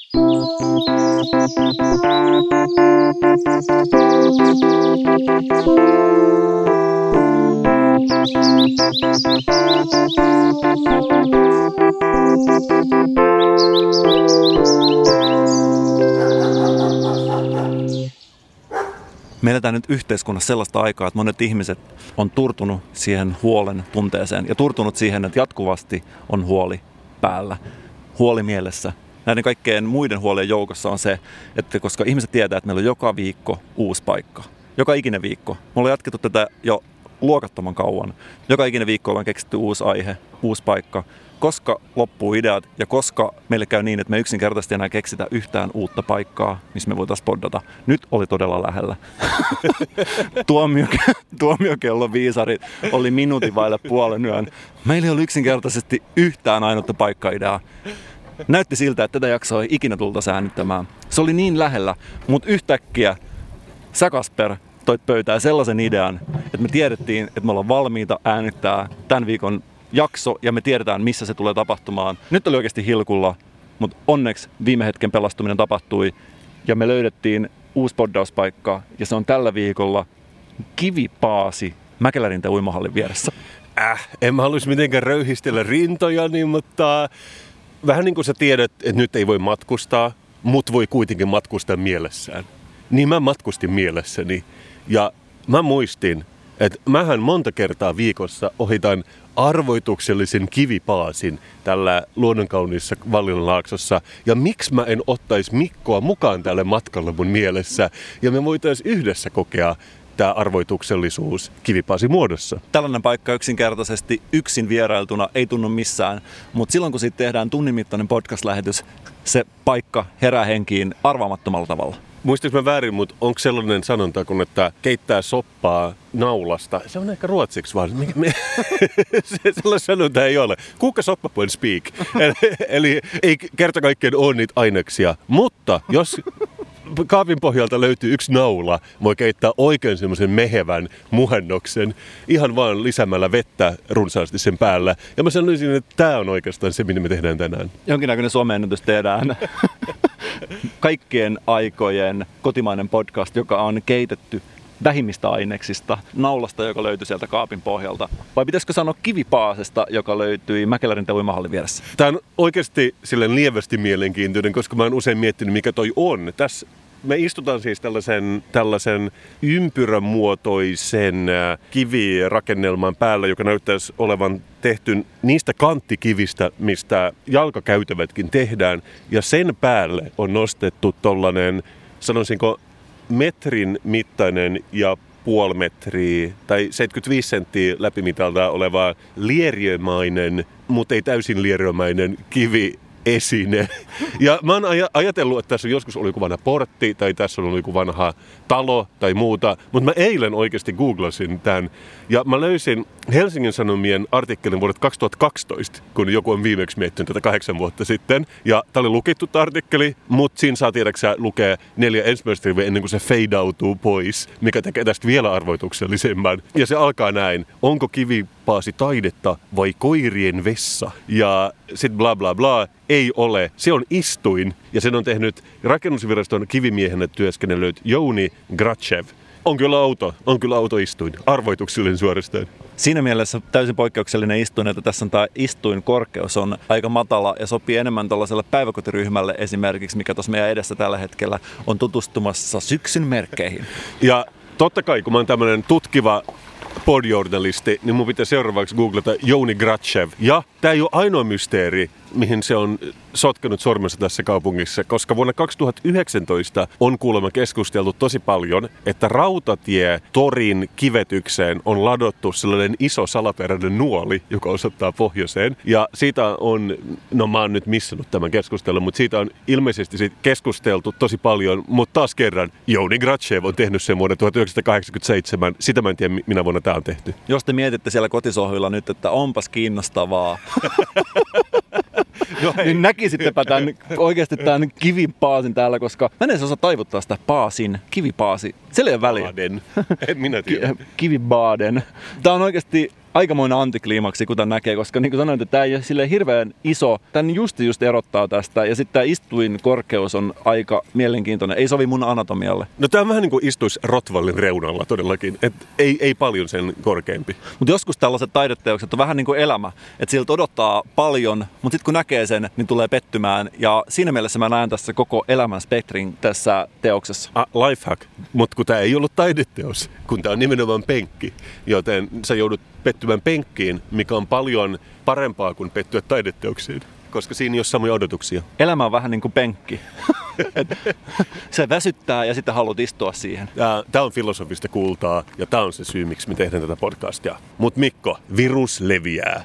Me eletään nyt yhteiskunnassa sellaista aikaa, että monet ihmiset on turtunut siihen huolen tunteeseen ja turtunut siihen, että jatkuvasti on huoli päällä, huoli mielessä. Näiden kaikkien muiden huolien joukossa on se, että koska ihmiset tietää, että meillä on joka viikko uusi paikka, joka ikinen viikko. Me ollaan jatkettu tätä jo luokattoman kauan. Joka ikinen viikko ollaan keksitty uusi aihe, uusi paikka. Koska loppuu ideat ja koska meille käy niin, että me yksinkertaisesti enää keksitä yhtään uutta paikkaa, missä me voitaisiin poddata. Nyt oli todella lähellä. Tuomiokellon viisarit oli minuutin vaille puolen yön. Meillä ei ollut yksinkertaisesti yhtään ainutta paikkaideaa. Näytti siltä, että tätä jaksoa ei ikinä tulta äänittämään. Se oli niin lähellä, mutta yhtäkkiä sä, Kasper, toit pöytään sellaisen idean, että me tiedettiin, että me ollaan valmiita äänittää tämän viikon jakso ja me tiedetään, missä se tulee tapahtumaan. Nyt oli oikeasti hilkulla, mutta onneksi viime hetken pelastuminen tapahtui ja me löydettiin uusi poddauspaikka ja se on tällä viikolla Kivipaasi Mäkelärinten uimahallin vieressä. En mä haluaisi mitenkään röyhistellä rintojani, mutta vähän niin kuin sä tiedät, että nyt ei voi matkustaa, mut voi kuitenkin matkustaa mielessään. Niin mä matkustin mielessäni ja mä muistin, että mähän monta kertaa viikossa ohitan arvoituksellisen kivipaasin tällä luonnonkauniissa Vallinlaaksossa. Ja miksi mä en ottaisi Mikkoa mukaan tälle matkalle mun mielessä ja me voitaisiin yhdessä kokea tämä arvoituksellisuus kivipaasin muodossa. Tällainen paikka yksinkertaisesti yksin vierailtuna ei tunnu missään, mutta silloin kun siitä tehdään tunnin mittainen podcast-lähetys, se paikka herää henkiin arvaamattomalla tavalla. Muistatko mä väärin, mutta onko sellainen sanonta, kun että keittää soppaa naulasta? Se on ehkä ruotsiksi vaan. Sellainen sanonta ei ole. Kuka soppa på en speak? Eli ei kerta kaikkiaan ole niitä aineksia. Mutta jos kaapin pohjalta löytyy yksi naula, voi keittää oikein semmoisen mehevän muhennoksen ihan vaan lisäämällä vettä runsaasti sen päällä. Ja mä sanoisin, että tämä on oikeastaan se, mitä me tehdään tänään. Jonkinnäköinen some-ennätys tehdään. Kaikkien aikojen kotimainen podcast, joka on keitetty vähimmistä aineksista, naulasta, joka löytyi sieltä kaapin pohjalta. Vai pitäisikö sanoa Kivipaasesta, joka löytyi Mäkelärinten uimahallin vieressä? Tämä on oikeasti silleen lievästi mielenkiintoinen, koska mä oon usein miettinyt, mikä toi on. Tässä me istutaan siis tällaisen ympyränmuotoisen kivirakennelman päällä, joka näyttäisi olevan tehty niistä kanttikivistä, mistä jalkakäytävätkin tehdään. Ja sen päälle on nostettu tollainen, sanoisinko, metrin mittainen ja puoli metriä tai 75 senttiä läpimitalta oleva lieriömäinen, mutta ei täysin lieriömäinen kiviesine. Ja mä oon ajatellut, että tässä joskus oli joku vanha portti tai tässä oli joku vanha talo tai muuta, mutta mä eilen oikeasti googlasin tämän ja mä löysin Helsingin Sanomien artikkelin vuodet 2012, kun joku on viimeksi miettinyt tätä 8 vuotta sitten. Ja tää oli lukittu artikkeli, mutta siinä saa tiedäksä lukea 4 ensimmäistä riviä ennen kuin se feidautuu pois, mikä tekee tästä vielä arvoituksellisemman. Ja se alkaa näin. Onko Kivipaasi taidetta vai koirien vessa? Ja sit bla bla bla. Ei ole. Se on istuin. Ja sen on tehnyt rakennusviraston kivimiehenä työskennellyt Jouni Grachev. On kyllä autoistuin. Arvoituksellinen suorastaan. Siinä mielessä täysin poikkeuksellinen istuin, että tässä on tämä istuin korkeus on aika matala ja sopii enemmän tuollaiselle päiväkotiryhmälle esimerkiksi, mikä tuossa meidän edessä tällä hetkellä on tutustumassa syksyn merkkeihin. Ja totta kai, kun mä oon tämmönen tutkiva podjournalisti, niin mun pitää seuraavaksi googlata Jouni Grachev. Ja tää ei ole ainoa mysteeri, mihin se on sotkenut sormensa tässä kaupungissa, koska vuonna 2019 on kuulemma keskusteltu tosi paljon, että Rautatie-torin kivetykseen on ladottu sellainen iso salaperäinen nuoli, joka osoittaa pohjoiseen. Ja siitä on, no mä oon nyt missannut tämän keskustelun, mutta siitä on ilmeisesti keskusteltu tosi paljon, mutta taas kerran Jouni Grachev on tehnyt sen vuonna 1987. Sitä mä en tiedä, minä vuonna tämä on tehty. Jos te mietitte siellä kotisohvilla nyt, että onpas kiinnostavaa, niin näkisittepä oikeasti tämän Kivipaasin täällä, koska mä en edes osaa taivuttaa sitä Kivipaasi. Siellä ei ole väliä. Baaden. En minä tiedä. Kivibaaden. Tää on oikeasti aikamoinen antikliimaksi, kun tämän näkee, koska niin kuin sanoin, että tämä ei ole silleen hirveän iso. Tämän just erottaa tästä, ja sitten tämä istuin korkeus on aika mielenkiintoinen. Ei sovi mun anatomialle. No tämä vähän niin kuin istuisi Rottwallin reunalla todellakin, että ei paljon sen korkeampi. Mutta joskus tällaiset taideteokset on vähän niin kuin elämä, että siltä odottaa paljon, mutta sitten kun näkee sen, niin tulee pettymään. Ja siinä mielessä mä näen tässä koko elämän spektrin tässä teoksessa. Lifehack, mutta kun tämä ei ollut taideteos, kun tämä on nimenomaan penkki, joten sä joudut pettymään penkkiin, mikä on paljon parempaa kuin pettyä taideteoksiin, koska siinä ei ole samoja odotuksia. Elämä on vähän niin kuin penkki. Se väsyttää ja sitten haluat istua siihen. Tämä on filosofista kultaa ja tämä on se syy, miksi me tehdään tätä podcastia. Mutta Mikko, virus leviää.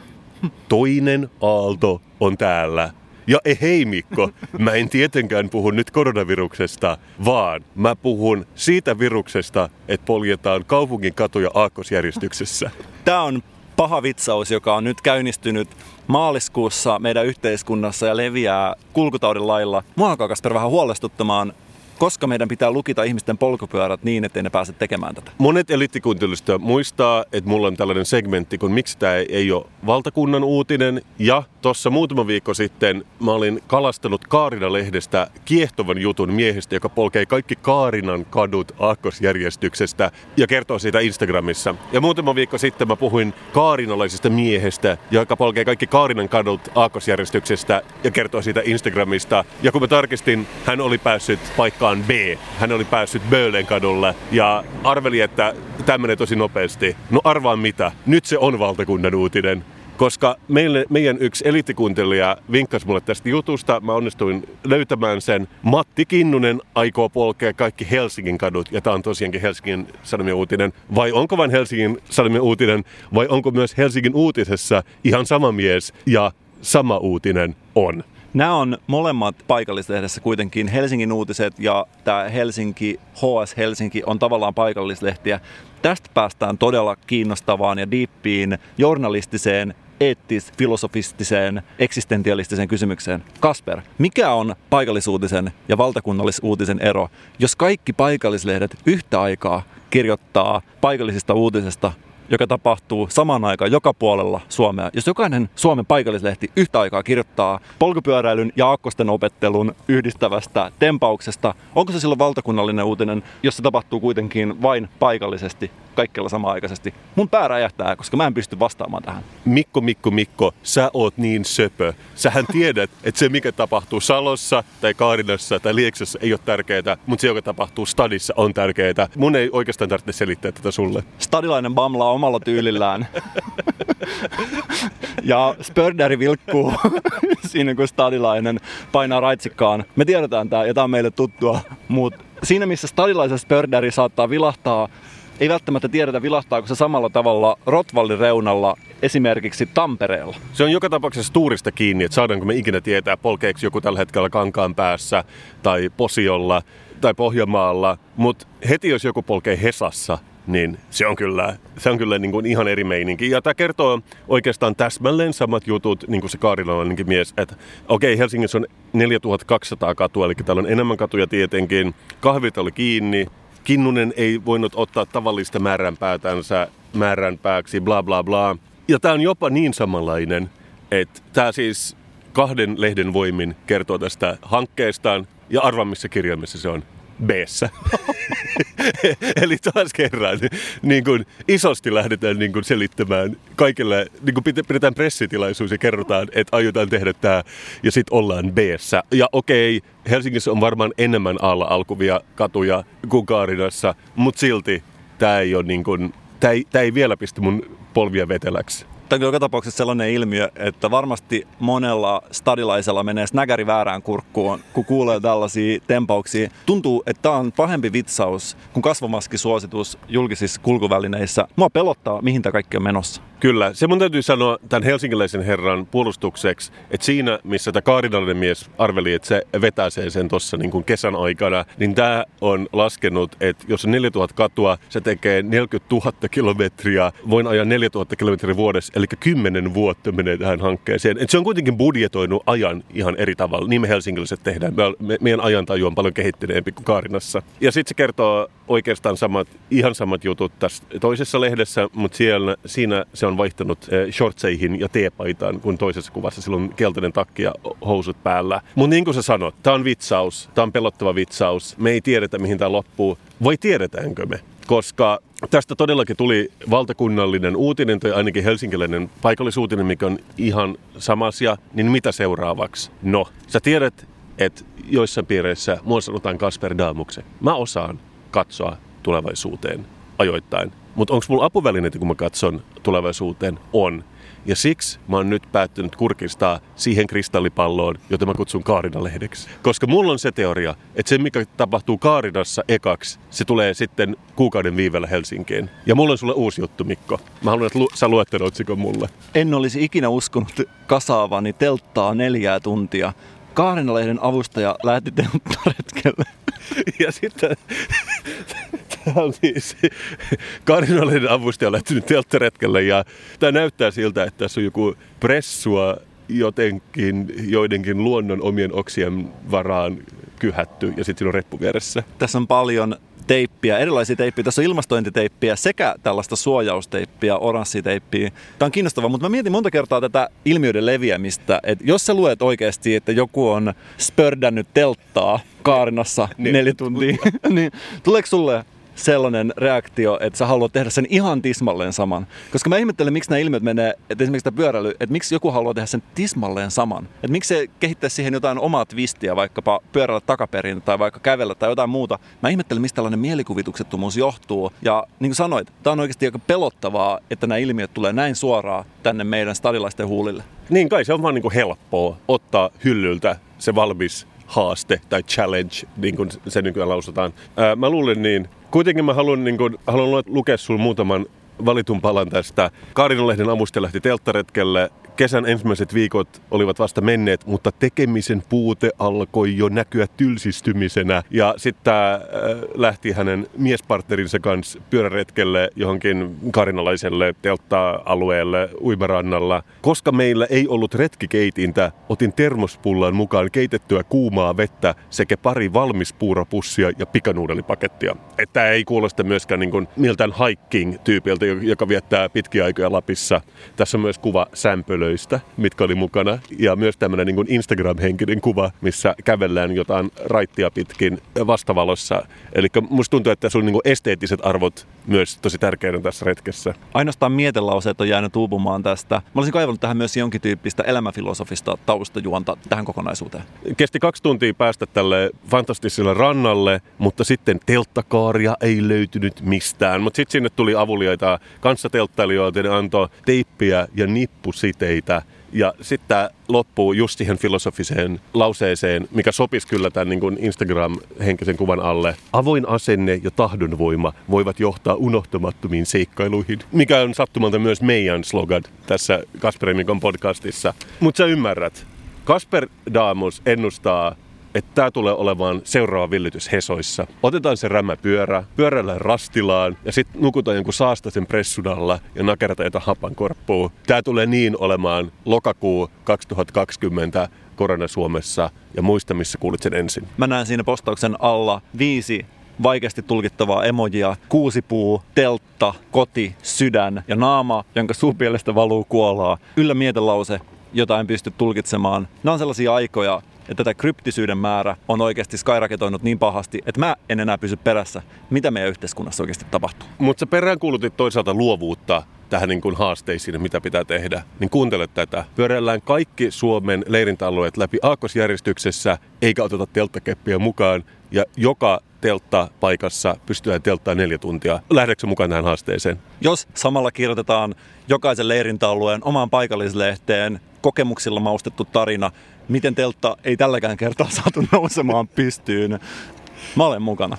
Toinen aalto on täällä. Ja hei Mikko, mä en tietenkään puhu nyt koronaviruksesta, vaan mä puhun siitä viruksesta, että poljetaan kaupungin katuja aakkosjärjestyksessä. Tämä on paha vitsaus, joka on nyt käynnistynyt maaliskuussa meidän yhteiskunnassa ja leviää kulkutaudin lailla. Mua alkaa, Kasper, vähän huolestuttamaan, koska meidän pitää lukita ihmisten polkupyörät niin, ettei ne pääse tekemään tätä. Monet eliittikuuntelijoista muistaa, että mulla on tällainen segmentti, kun miksi tämä ei ole valtakunnan uutinen. Ja tuossa muutama viikko sitten mä olin kalastanut Kaarina-lehdestä kiehtovan jutun miehestä, joka polkee kaikki Kaarinan kadut aakkosjärjestyksestä ja kertoo siitä Instagramissa. Ja muutama viikko sitten mä puhuin kaarinalaisesta miehestä, joka polkee kaikki Kaarinan kadut aakkosjärjestyksestä ja kertoo siitä Instagramista. Ja kun mä tarkistin, hän oli päässyt paikkaan B. Hän oli päässyt Böölen kadulle ja arveli, että tämä menee tosi nopeasti. No arvaan mitä, nyt se on valtakunnan uutinen. Koska meidän yksi eliittikuuntelija vinkkasi mulle tästä jutusta, mä onnistuin löytämään sen. Matti Kinnunen aikoo polkea kaikki Helsingin kadut, ja tämä on tosiaankin Helsingin Sanomien uutinen. Vai onko vain Helsingin Sanomien uutinen, vai onko myös Helsingin uutisessa ihan sama mies, ja sama uutinen on. Nämä on molemmat paikallislehdessä kuitenkin. Helsingin uutiset ja tämä Helsinki, HS Helsinki on tavallaan paikallislehtiä. Tästä päästään todella kiinnostavaan ja diippiin journalistiseen, eettis-filosofistiseen, eksistentialistiseen kysymykseen. Kasper, mikä on paikallisuutisen ja valtakunnallisuutisen ero, jos kaikki paikallislehdet yhtä aikaa kirjoittaa paikallisista uutisista, joka tapahtuu samaan aikaan joka puolella Suomea. Jos jokainen Suomen paikallislehti yhtä aikaa kirjoittaa polkupyöräilyn ja aakkosten opettelun yhdistävästä tempauksesta, onko se silloin valtakunnallinen uutinen, jos se tapahtuu kuitenkin vain paikallisesti, kaikkialla samanaikaisesti? Mun pää räjähtää, koska mä en pysty vastaamaan tähän. Mikko, sä oot niin söpö. Sähän tiedät, että se mikä tapahtuu Salossa tai Kaarinassa tai Lieksassa ei ole tärkeää, mutta se joka tapahtuu Stadissa on tärkeää. Mun ei oikeastaan tarvitse selittää tätä sulle. Stadilainen bamlaa omalla tyylillään. Ja Spördäri vilkkuu siinä, kun stadilainen painaa raitsikkaan. Me tiedetään tää ja tää on meille tuttua, mutta siinä missä stadilaisen Spördäri saattaa vilahtaa, ei välttämättä tiedetä vilahtaako se samalla tavalla Rottwallin reunalla esimerkiksi Tampereella. Se on joka tapauksessa tuurista kiinni, että saadaanko me ikinä tietää, polkeeko joku tällä hetkellä Kankaanpäässä tai Posiolla tai Pohjanmaalla, mutta heti jos joku polkee Hesassa, niin se on kyllä niin kuin ihan eri meininki. Ja tämä kertoo oikeastaan täsmälleen samat jutut, niin kuin se kaarinalainenkin mies, että okei, Helsingissä on 4200 katua, eli täällä on enemmän katuja tietenkin. Kahvit oli kiinni. Kinnunen ei voinut ottaa tavallista määränpäätänsä määränpääksi, bla bla bla. Ja tämä on jopa niin samanlainen, että tämä siis 2 lehden voimin kertoo tästä hankkeestaan. Ja arvaa, missä kirjaimessa se on. B-ssä. Eli taas kerran niin kun isosti lähdetään niin kun selittämään kaikille, niin kun pidetään pressitilaisuus ja kerrotaan, että aiotaan tehdä tämä ja sitten ollaan B-ssä. Ja okei, Helsingissä on varmaan enemmän alla alkuvia katuja kuin Kaarinassa, mutta silti tämä ei ole niin kun, tämä ei vielä pistä mun polvia veteläksi. Tämä on joka tapauksessa sellainen ilmiö, että varmasti monella stadilaisella menee snägäri väärään kurkkuun, kun kuulee tällaisia tempauksia. Tuntuu, että tämä on pahempi vitsaus kuin kasvomaskisuositus julkisissa kulkuvälineissä. Mua pelottaa, mihin tämä kaikki on menossa. Kyllä. Se mun täytyy sanoa tämän helsinkiläisen herran puolustukseksi, että siinä, missä tämä kaarinalainen mies arveli, että se vetäsee sen tuossa niin kuin kesän aikana, niin tämä on laskenut, että jos on 4000 katua, se tekee 40 000 kilometriä, voin ajaa 4000 kilometriä vuodessa, eli 10 vuotta menee tähän hankkeeseen. Et se on kuitenkin budjetoinut ajan ihan eri tavalla. Niin me helsinkiläiset tehdään. Meidän ajantaju on paljon kehittyneempi kuin Kaarinassa. Ja sitten se kertoo oikeastaan ihan samat jutut tässä toisessa lehdessä, mutta siinä se on vaihtanut shortseihin ja teepaitaan kuin toisessa kuvassa. Sillä on keltainen takki ja housut päällä. Mutta niin kuin sä sanot, tämä on vitsaus, tämä on pelottava vitsaus. Me ei tiedetä, mihin tämä loppuu. Vai tiedetäänkö me? Koska tästä todellakin tuli valtakunnallinen uutinen, tai ainakin helsinkiläinen paikallisuutinen, mikä on ihan sama asia. Niin mitä seuraavaksi? No, sä tiedät, että joissain piireissä mua sanotaan Kasper Daamuksen. Mä osaan katsoa tulevaisuuteen ajoittain. Mutta onko mulla apuvälineitä, kun mä katson tulevaisuuteen? On. Ja siksi mä oon nyt päättynyt kurkistaa siihen kristallipalloon, jota mä kutsun Kaarina-lehdeksi. Koska mulla on se teoria, että se mikä tapahtuu Kaarinassa ekaksi, se tulee sitten kuukauden viivellä Helsinkiin. Ja mulla on sulle uusi juttu, Mikko. Mä haluan, että sä luet tämän otsikon mulle. En olisi ikinä uskonut kasaavani telttaa 4 tuntia. Kaarina-lehden avustaja lähti telttaretkelle. Ja sitten tämä on siis Kaarina-lehden avustaja on lähtenyt telttaretkelle ja tämä näyttää siltä, että tässä on joku pressua joidenkin luonnon omien oksien varaan kyhätty ja sitten siinä on reppu vieressä. Tässä on paljon teippiä, erilaisia teippiä. Tässä on ilmastointiteippiä sekä tällaista suojausteippiä, oranssiteippiä. Tämä on kiinnostavaa, mutta mä mietin monta kertaa tätä ilmiöiden leviämistä, että jos sä luet oikeasti, että joku on spördännyt telttaa Kaarinassa 4 tuntia, niin tuleeko sulle sellainen reaktio, että sä haluat tehdä sen ihan tismalleen saman? Koska mä ihmettelen, miksi nämä ilmiöt menee, että esimerkiksi tämä pyöräily, että miksi joku haluaa tehdä sen tismalleen saman? Että miksi se kehittää siihen jotain omaa twistiä, vaikkapa pyörällä takaperin tai vaikka kävellä tai jotain muuta. Mä ihmettelen, mistä tällainen mielikuvituksettomuus johtuu. Ja niin kuin sanoit, tää on oikeasti aika pelottavaa, että nämä ilmiöt tulee näin suoraan tänne meidän stadilaisten huulille. Niin kai se on vaan niin kuin helppoa ottaa hyllyltä se valmis haaste tai challenge, niin kuin se nykyään lausutaan. Mä luulen niin. Kuitenkin mä haluan lukea sulle muutaman valitun palan tästä. Kaarina-lehden avustaja lähti telttaretkelle. Kesän ensimmäiset viikot olivat vasta menneet, mutta tekemisen puute alkoi jo näkyä tylsistymisenä. Ja sitten lähti hänen miespartnerinsa kanssa pyöräretkelle johonkin kaarinalaiselle teltta-alueelle uimarannalla. Koska meillä ei ollut retkikeitintä, otin termospullan mukaan keitettyä kuumaa vettä sekä pari valmispuurapussia ja pikanuudelipakettia. Että ei kuulosta myöskään niin kuin miltään hiking-tyypiltä, joka viettää pitkiä aikoja Lapissa. Tässä on myös kuva sämpölöistä, mitkä oli mukana. Ja myös tämmöinen niin kuin Instagram-henkinen kuva, missä kävellään jotain raittia pitkin vastavalossa. Eli musta tuntuu, että tässä on niin kuin esteettiset arvot myös tosi tärkeänä tässä retkessä. Ainoastaan mietelauseet on jäänyt uupumaan tästä. Mä olisin kaivannut tähän myös jonkin tyyppistä elämänfilosofista taustajuonta tähän kokonaisuuteen. Kesti 2 tuntia päästä tälle fantastiselle rannalle, mutta sitten telttakaaria ei löytynyt mistään. Mutta sitten sinne tuli avuliaita kanssatelttailijoita, ne antoi teippiä ja nippusiteitä. Ja sitten tämä loppuu just siihen filosofiseen lauseeseen, mikä sopisi kyllä tämän niin kuin Instagram-henkisen kuvan alle. Avoin asenne ja tahdonvoima voivat johtaa unohtamattomiin seikkailuihin, mikä on sattumalta myös meidän slogan tässä Kasper ja Mikon podcastissa. Mutta sä ymmärrät, Kasper Daamus ennustaa, että tämä tulee olemaan seuraava villitys Hesoissa. Otetaan se rämäpyörä, pyörällään rastilaan ja sitten nukutaan jonkun saastaisen pressun alla ja nakertaan jotain hapankorppua. Tämä tulee niin olemaan lokakuu 2020 korona Suomessa ja muista, missä kuulit sen ensin. Mä näen siinä postauksen alla 5 vaikeasti tulkittavaa emojia, 6 puu, teltta, koti, sydän ja naama, jonka suupielestä valuu kuolaa. Yllä mietelause, jota en pysty tulkitsemaan. Nämä on sellaisia aikoja, että tätä kryptisyyden määrä on oikeasti skyraketoinut niin pahasti, että mä en enää pysy perässä, mitä meidän yhteiskunnassa oikeasti tapahtuu. Mutta sä peräänkuulutit toisaalta luovuutta tähän niin kuin haasteisiin, mitä pitää tehdä. Niin kuuntele tätä. Pyöräillään kaikki Suomen leirintäalueet läpi aakkosjärjestyksessä, eikä oteta telttakeppiä mukaan. Ja joka telttapaikassa pystytään telttaan 4 tuntia. Lähdekö mukaan tähän haasteeseen? Jos samalla kirjoitetaan jokaisen leirintäalueen omaan paikallislehteen kokemuksilla maustettu tarina, miten teltta ei tälläkään kertaa saatu nousemaan pystyyn. Mä olen mukana.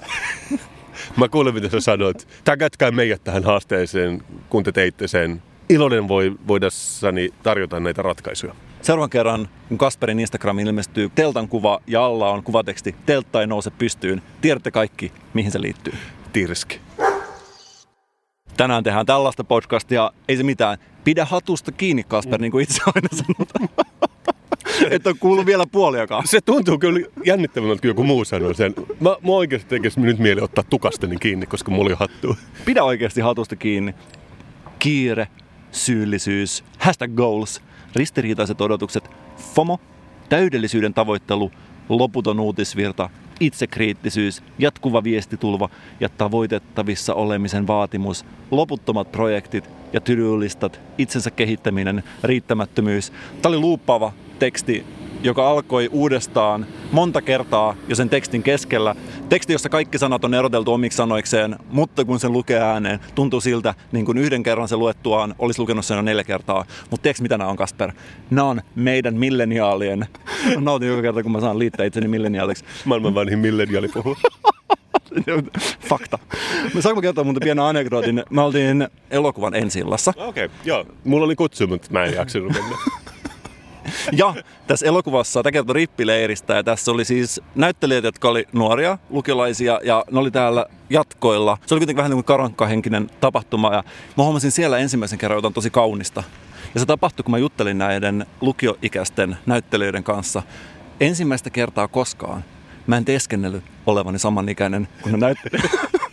Mä kuulen, mitä sä sanot. Tägätkää meidät tähän haasteeseen, kun te teitte sen. Iloinen voidessani tarjota näitä ratkaisuja. Seuraavan kerran, kun Kasperin Instagramiin ilmestyy teltan kuva ja alla on kuvateksti "Teltta ei nouse pystyyn", tiedätte kaikki, mihin se liittyy. Tirski. Tänään tehdään tällaista podcastia, ei se mitään. Pidä hatusta kiinni, Kasper, niin kuin itse aina sanotaan. Et on kuullut vielä puoliakaan. Se tuntuu kyllä jännittävältä, kun joku muu sanoo sen. Mä oikeasti tekisi nyt mieli ottaa tukastani kiinni, koska mulla oli hattua. Pidä oikeasti hatusta kiinni. Kiire, syyllisyys, #goals, ristiriitaiset odotukset, FOMO, täydellisyyden tavoittelu, loputon uutisvirta, itsekriittisyys, jatkuva viestitulva ja tavoitettavissa olemisen vaatimus, loputtomat projektit ja to-do-listat, itsensä kehittäminen, riittämättömyys. Tämä oli luuppaava teksti, joka alkoi uudestaan monta kertaa jo sen tekstin keskellä. Teksti, jossa kaikki sanat on eroteltu omiksi sanoikseen, mutta kun sen lukee ääneen, tuntuu siltä, niin kuin yhden kerran se luettuaan olisi lukenut sen jo 4 kertaa. Mutta tiedätkö mitä nämä on, Kasper? Nämä on meidän milleniaalien. Nautin joka kerta, kun mä saan liittää itseni milleniaaliksi. Maailman vanhin milleniaali puhuu. Fakta. Saanko kertoa mun pienen anekdootin? Mä oltiin elokuvan ensi-illassa. Okei, joo. Mulla oli kutsu, mutta mä en jaksanut mennä. Ja tässä elokuvassa, tämä kertoo rippileiristä, ja tässä oli siis näyttelijät, jotka oli nuoria lukiolaisia, ja ne oli täällä jatkoilla. Se oli kuitenkin vähän niin kuin karankkahenkinen tapahtuma, ja mä huomasin siellä ensimmäisen kerran jotain tosi kaunista. Ja se tapahtui, kun mä juttelin näiden lukioikäisten näyttelijöiden kanssa. Ensimmäistä kertaa koskaan mä en teeskennellyt olevani samanikäinen kuin ne näyttelijät.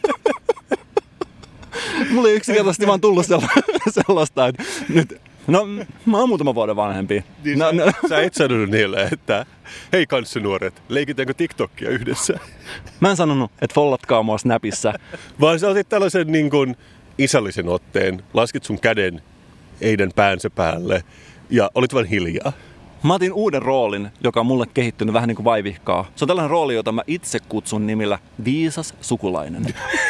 Mulla ei yksinkertaisesti vaan tullut sellaista, että nyt... No, mä oon muutaman vuoden vanhempi. Niin sä et sanonut niille, että hei kanssanuoret, leikitäänkö TikTokia yhdessä? Mä en sanonut, että follatkaa mua Snapissa. Vaan sä otit tällaisen niin kuin isällisen otteen, laskit sun käden eiden päänsä päälle ja olit vain hiljaa. Mä otin uuden roolin, joka on mulle kehittynyt vähän niin kuin vaivihkaa. Se on tällainen rooli, jota mä itse kutsun nimillä viisas sukulainen.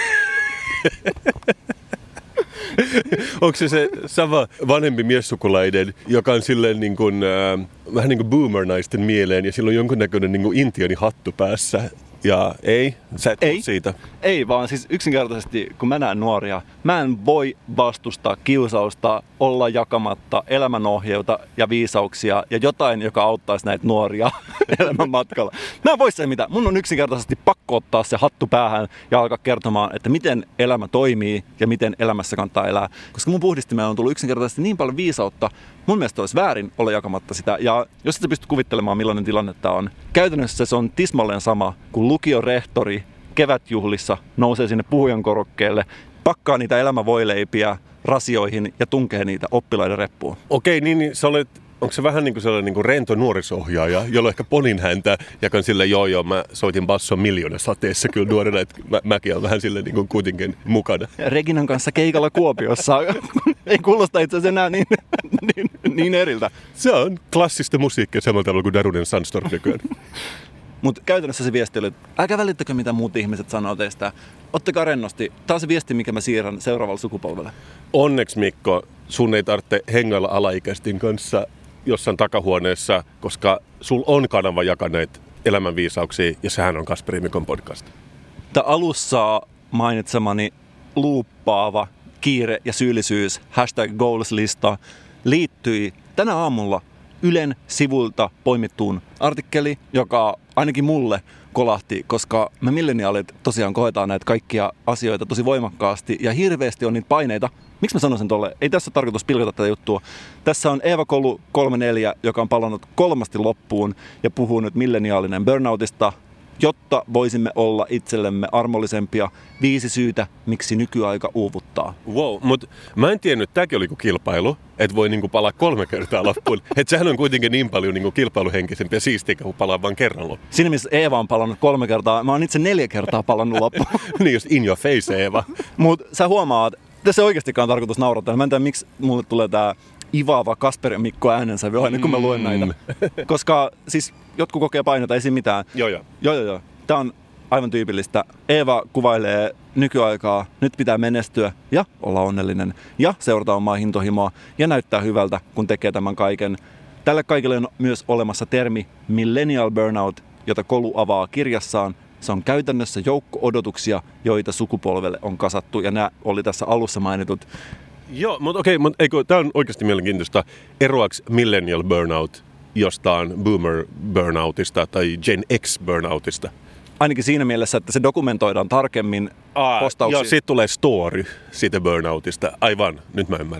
Onko se sama vanhempi miessukulainen, joka on silleen niin kuin, vähän niin kuin boomer-naisten mieleen ja sillä on jonkunnäköinen niin kuin intiani hattu päässä? Ja sä et ole siitä. Ei, vaan siis yksinkertaisesti, kun mä näen nuoria, mä en voi vastustaa kiusausta olla jakamatta elämänohjeuta ja viisauksia ja jotain, joka auttaisi näitä nuoria elämän matkalla. Mä en voi se mitä. Mun on yksinkertaisesti pakko ottaa se hattu päähän ja alkaa kertomaan, että miten elämä toimii ja miten elämässä kannattaa elää. Koska mun puhdistimeen on tullut yksinkertaisesti niin paljon viisautta, mun mielestä olisi väärin olla jakamatta sitä. Ja jos et sä pysty kuvittelemaan, millainen tilanne tää on, käytännössä se on tismalleen sama, kun lukiorehtori kevätjuhlissa nousee sinne puhujan korokkeelle, pakkaa niitä elämävoileipiä rasioihin ja tunkee niitä oppilaiden reppuun. Okei, niin onko se vähän niin kuin sellainen niin kuin rento nuorisohjaaja, jolla on ehkä ponin häntä, joka on silleen, joo, mä soitin basson miljoonasateessa kyllä nuorena, että mäkin olen vähän silleen niin kuin kuitenkin mukana. Reginan kanssa keikalla Kuopiossa. Ei kuulosta itse asiassa enää niin eriltä. Se on klassista musiikkia samalla tavalla kuin Darunen Sandstorm nykyään. Mutta käytännössä se viesti oli, että älkää välittäkö mitä muut ihmiset sanoo teistä. Ottakaa rennosti. Tämä on se viesti, mikä mä siirrän seuraavalle sukupolvelle. Onneksi Mikko, sun ei tarvitse hengailla alaikäisten kanssa jossain takahuoneessa, koska sul on kanava jakaa näitä elämänviisauksia ja sehän on Kasperi Mikon podcast. Tämä alussa mainitsemani luuppaava kiire ja syyllisyys #goals-lista liittyi tänä aamulla Ylen sivulta poimittuun artikkeli, joka ainakin mulle kolahti, koska me milleniaalit tosiaan koetaan näitä kaikkia asioita tosi voimakkaasti ja hirveästi on niitä paineita. Miksi mä sanon sen tolle? Ei tässä ole tarkoitus pilkata tätä juttua. Tässä on Eeva Kolu 34, joka on palannut 3 loppuun ja puhuu nyt milleniaalinen burnoutista, jotta voisimme olla itsellemme armollisempia. 5 syytä, miksi nykyaika uuvuttaa. Wow, mutta mä en tiennyt, että tämäkin oli kilpailu, että voi niinku palaa 3 kertaa loppuun. Että sehän on kuitenkin niin paljon niinku kilpailuhenkisempi ja siistiä, kun palaa vaan kerran loppuun. Siinä missä Eeva on palannut 3 kertaa, mä oon itse 4 kertaa palannut loppuun. Niin just in your face, Eeva. Mutta sä huomaat, tässä ei oikeastikaan tarkoitus naurattaa. Mä en tiedä, miksi mulle tulee tää ivaava Kasper ja Mikko äänensävy aina, kun mä luen näitä. Koska siis jotkut kokee painetta, ei siinä mitään. Joo. Tää on aivan tyypillistä. Eeva kuvailee nykyaikaa, nyt pitää menestyä ja olla onnellinen ja seurata omaa hintohimoa ja näyttää hyvältä, kun tekee tämän kaiken. Tälle kaikille on myös olemassa termi millennial burnout, jota Kolu avaa kirjassaan. Se on käytännössä joukko odotuksia, joita sukupolvelle on kasattu ja nämä oli tässä alussa mainitut. Joo, mutta tämä on oikeasti mielenkiintoista. Eroaks millennial burnout jostain boomer burnoutista tai Gen X burnoutista? Ainakin siinä mielessä, että se dokumentoidaan tarkemmin postauksiin. Ja sitten tulee story siitä burnoutista. Aivan, nyt mä ymmärrän.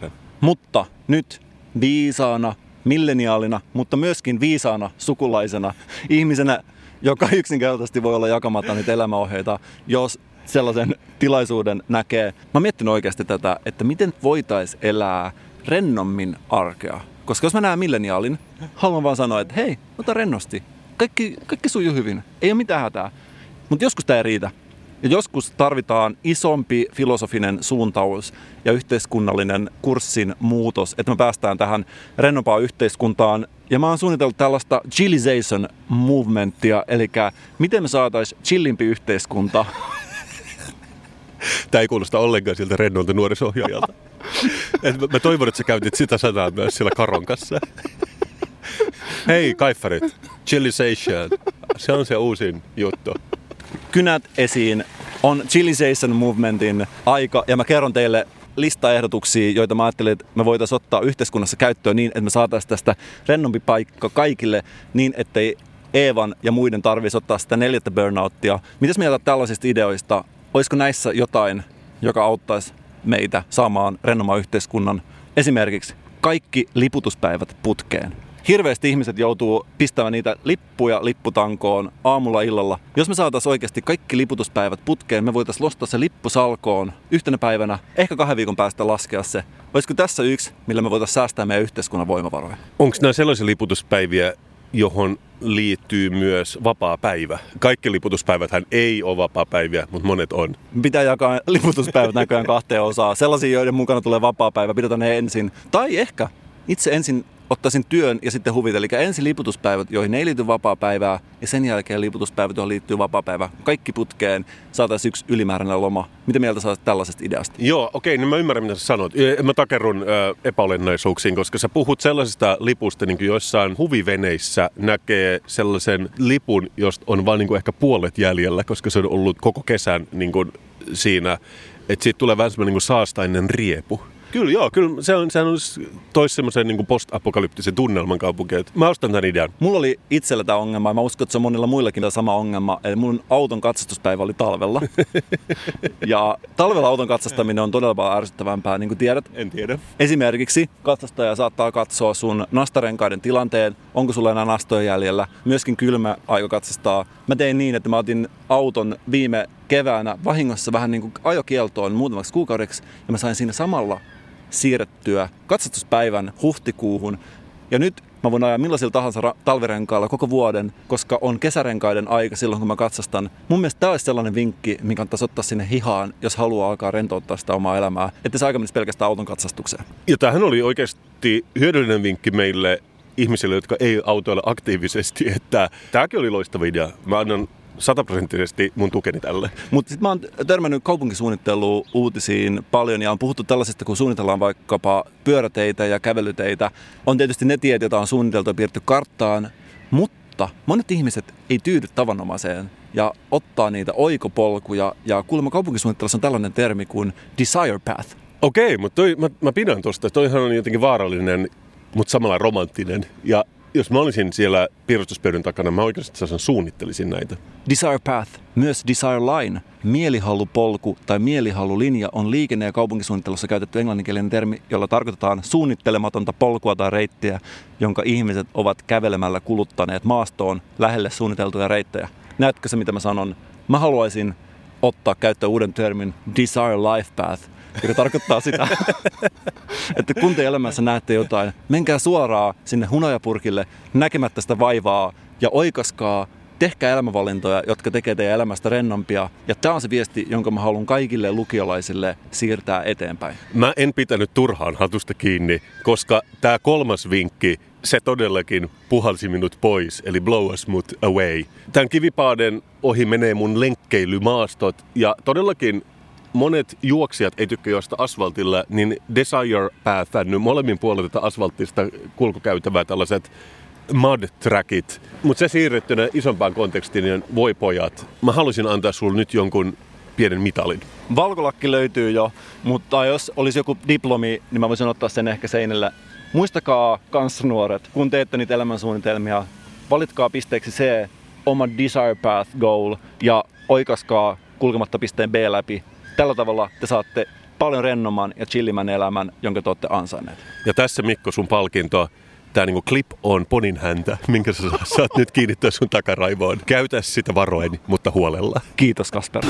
Mutta nyt viisaana, milleniaalina, mutta myöskin viisaana sukulaisena ihmisenä, joka yksinkertaisesti voi olla jakamatta niitä elämäohjeita, jos sellaisen tilaisuuden näkee. Mä oon miettinyt oikeasti tätä, että miten voitaisiin elää rennommin arkea. Koska jos mä näen milleniaalin, haluan vaan sanoa, että hei, ota rennosti. Kaikki sujuu hyvin. Ei ole mitään hätää. Mutta joskus tämä ei riitä. Ja joskus tarvitaan isompi filosofinen suuntaus ja yhteiskunnallinen kurssin muutos, että me päästään tähän rennompaan yhteiskuntaan. Ja mä oon suunnitellut tällaista chillization movementtia, eli miten me saataisiin chillimpi yhteiskunta. Tämä ei kuulosta ollenkaan siltä rennolta nuorisohjaajalta. Mä toivon, että sä käytit sitä sanaa myös siellä Karon kanssa. Hei, kaiffarit, chillization. Se on se uusin juttu. Kynät esiin on chillization movementin aika, ja mä kerron teille listaehdotuksia, joita mä ajattelin, että me voitaisiin ottaa yhteiskunnassa käyttöön niin, että me saataisiin tästä rennompi paikka kaikille niin, ettei Eevan ja muiden tarvitsisi ottaa sitä 4. burnouttia. Mitäs mieltä tällaisista ideoista? Olisiko näissä jotain, joka auttaisi meitä saamaan rennomman yhteiskunnan? Esimerkiksi kaikki liputuspäivät putkeen. Hirveästi ihmiset joutuu pistämään niitä lippuja lipputankoon aamulla illalla. Jos me saataisiin oikeasti kaikki liputuspäivät putkeen, me voitaisiin nostaa se lippu salkoon yhtenä päivänä, ehkä 2 viikon päästä laskea se. Olisiko tässä yksi, millä me voitaisiin säästää meidän yhteiskunnan voimavaroja? Onko nämä sellaisia liputuspäiviä, johon liittyy myös vapaa-päivä? Kaikki liputuspäiväthän ei ole vapaa-päiviä, mutta monet on. Pitää jakaa liputuspäivät näköjään 2 osaan. Sellaisia, joiden mukana tulee vapaa-päivä, pidetään ne ensin. Tai ehkä itse ensin ottaisin työn ja sitten huvit. Eli ensin liputuspäivät, joihin ei liity vapaa-päivää, ja sen jälkeen liputuspäivät, joihin liittyy vapaa-päivä. Kaikki putkeen, saataisiin yksi ylimääräinen loma. Mitä mieltä sä olet tällaisesta ideasta? Joo, okei, niin mä ymmärrän, mitä sä sanot. Mä takerrun epäolennaisuuksiin, koska sä puhut sellaisista lipusta, niin kuin joissain huviveneissä näkee sellaisen lipun, josta on vain niin ehkä puolet jäljellä, koska se on ollut koko kesän niin kuin siinä, että siitä tulee vähän semmoinen niin saastainen riepu. Kyllä sehän toisi semmoisen niin post-apokalyptisen tunnelman kaupunkiin. Mä ostan tämän idean. Mulla oli itsellä tämä ongelma, ja mä uskon, että se on monilla muillakin tämä sama ongelma. Eli mun auton katsastuspäivä oli talvella. Ja talvella auton katsastaminen on todella paljon ärsyttävämpää, niin kuin tiedät. En tiedä. Esimerkiksi katsastaja saattaa katsoa sun nastarenkaiden tilanteen, onko sulla enää nastoja jäljellä. Myöskin kylmä aika katsastaa. Mä tein niin, että mä otin auton viime keväänä vahingossa vähän niin kuin ajokieltoon muutamaksi kuukaudeksi, ja mä sain siinä samalla siirrettyä katsastuspäivän huhtikuuhun. Ja nyt mä voin ajaa millaisilla tahansa talvirenkailla koko vuoden, koska on kesärenkaiden aika silloin, kun mä katsastan. Mun mielestä tämä olisi sellainen vinkki, mikä kannattaisi ottaa sinne hihaan, jos haluaa alkaa rentouttaa sitä omaa elämää. Että se aika menisi pelkästään auton katsastukseen. Ja tämähän oli oikeasti hyödyllinen vinkki meille ihmisille, jotka ei autoile aktiivisesti. Että tämäkin oli loistava idea. Mä annan 100% mun tukeni tälle. Mutta sitten mä oon törmännyt kaupunkisuunnitteluun uutisiin paljon ja on puhuttu tällaisesta, kun suunnitellaan vaikkapa pyöräteitä ja kävelyteitä. On tietysti ne tiet, joita on suunniteltu ja piirretty karttaan, mutta monet ihmiset ei tyydy tavanomaiseen ja ottaa niitä oikopolkuja. Ja kuulemma kaupunkisuunnittelussa on tällainen termi kuin desire path. Okei, mutta mä pidän tosta. Toihan on jotenkin vaarallinen, mutta samalla romanttinen. Ja jos mä olisin siellä piirustuspöydän takana, mä oikeastaan suunnittelisin näitä. Desire Path, myös Desire Line, mielihallupolku tai mielihallulinja on liikenne- ja kaupunkisuunnittelussa käytetty englanninkielinen termi, jolla tarkoitetaan suunnittelematonta polkua tai reittiä, jonka ihmiset ovat kävelemällä kuluttaneet maastoon lähelle suunniteltuja reittejä. Näetkö se, mitä mä sanon? Mä haluaisin ottaa käyttöön uuden termin Desire Life Path, joka tarkoittaa sitä, että kun te elämässä näette jotain, menkää suoraan sinne hunajapurkille näkemättä sitä vaivaa ja oikaskaa, tehkää elämänvalintoja, jotka tekee teidän elämästä rennompia. Ja tämä on se viesti, jonka mä haluan kaikille lukiolaisille siirtää eteenpäin. Mä en pitänyt turhaan hatusta kiinni, koska tämä 3. vinkki, se todellakin puhalsi minut pois, eli blow a smooth away. Tämän kivipaaden ohi menee mun lenkkeilymaastot ja todellakin monet juoksijat ei tykkää juosta asfaltilla, niin Desire Pathin molemmin puolella tätä asfalttista kulkukäytävää tällaiset mud trackit. Mutta se siirrettynä isompaan kontekstiin, niin voi pojat, mä haluaisin antaa sulle nyt jonkun pienen mitalin. Valkolakki löytyy jo, mutta jos olisi joku diplomi, niin mä voisin ottaa sen ehkä seinällä. Muistakaa kanssanuoret, kun teette niitä elämänsuunnitelmia, valitkaa pisteeksi C, oma Desire Path goal ja oikaskaa kulkematta pisteen B läpi. Tällä tavalla te saatte paljon rennomman ja chillimän elämän, jonka te olette ansainneet. Ja tässä Mikko sun palkinto, tää niinku clip on ponin häntä, minkä sä saat nyt kiinnittää sun takaraivoon. Käytä sitä varoen, mutta huolella. Kiitos Kasper.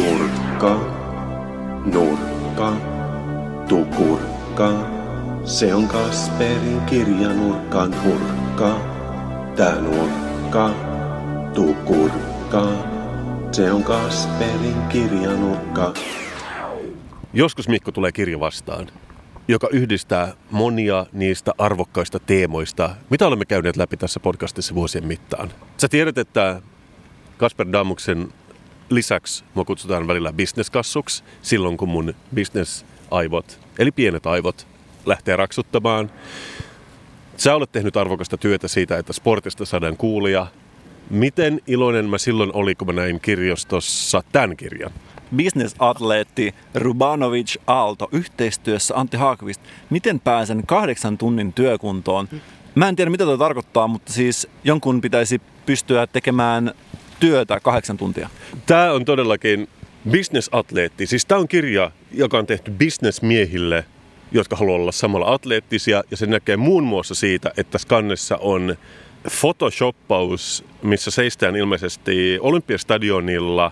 Nurkka, tukurkka, se on Kasperin kirjanurkan hurkka. Tää nurkka, tukurkka, se on Kasperin kirjanurkka. Joskus Mikko tulee kirja vastaan, joka yhdistää monia niistä arvokkaista teemoista, mitä olemme käyneet läpi tässä podcastissa vuosien mittaan. Sä tiedät, että Kasper Damuksen lisäksi mua kutsutaan välillä bisneskassuksi silloin, kun mun bisnesaivot, eli pienet aivot, lähtee raksuttamaan. Sä olet tehnyt arvokasta työtä siitä, että sportista saadaan kuulia. Miten iloinen mä silloin olin, kun mä näin kirjastossa tämän kirjan? Business-atleetti Rubanovic Aalto yhteistyössä Antti Haakvist. Miten pääsen 8 tunnin työkuntoon? Mä en tiedä, mitä tuo tarkoittaa, mutta siis jonkun pitäisi pystyä tekemään työtä 8 tuntia. Tämä on todellakin business-atleetti. Siis tämä on kirja, joka on tehty businessmiehille, jotka haluaa olla samalla atleettisia. Ja se näkee muun muassa siitä, että skannessa on photoshoppaus, missä seistään ilmeisesti Olympiastadionilla.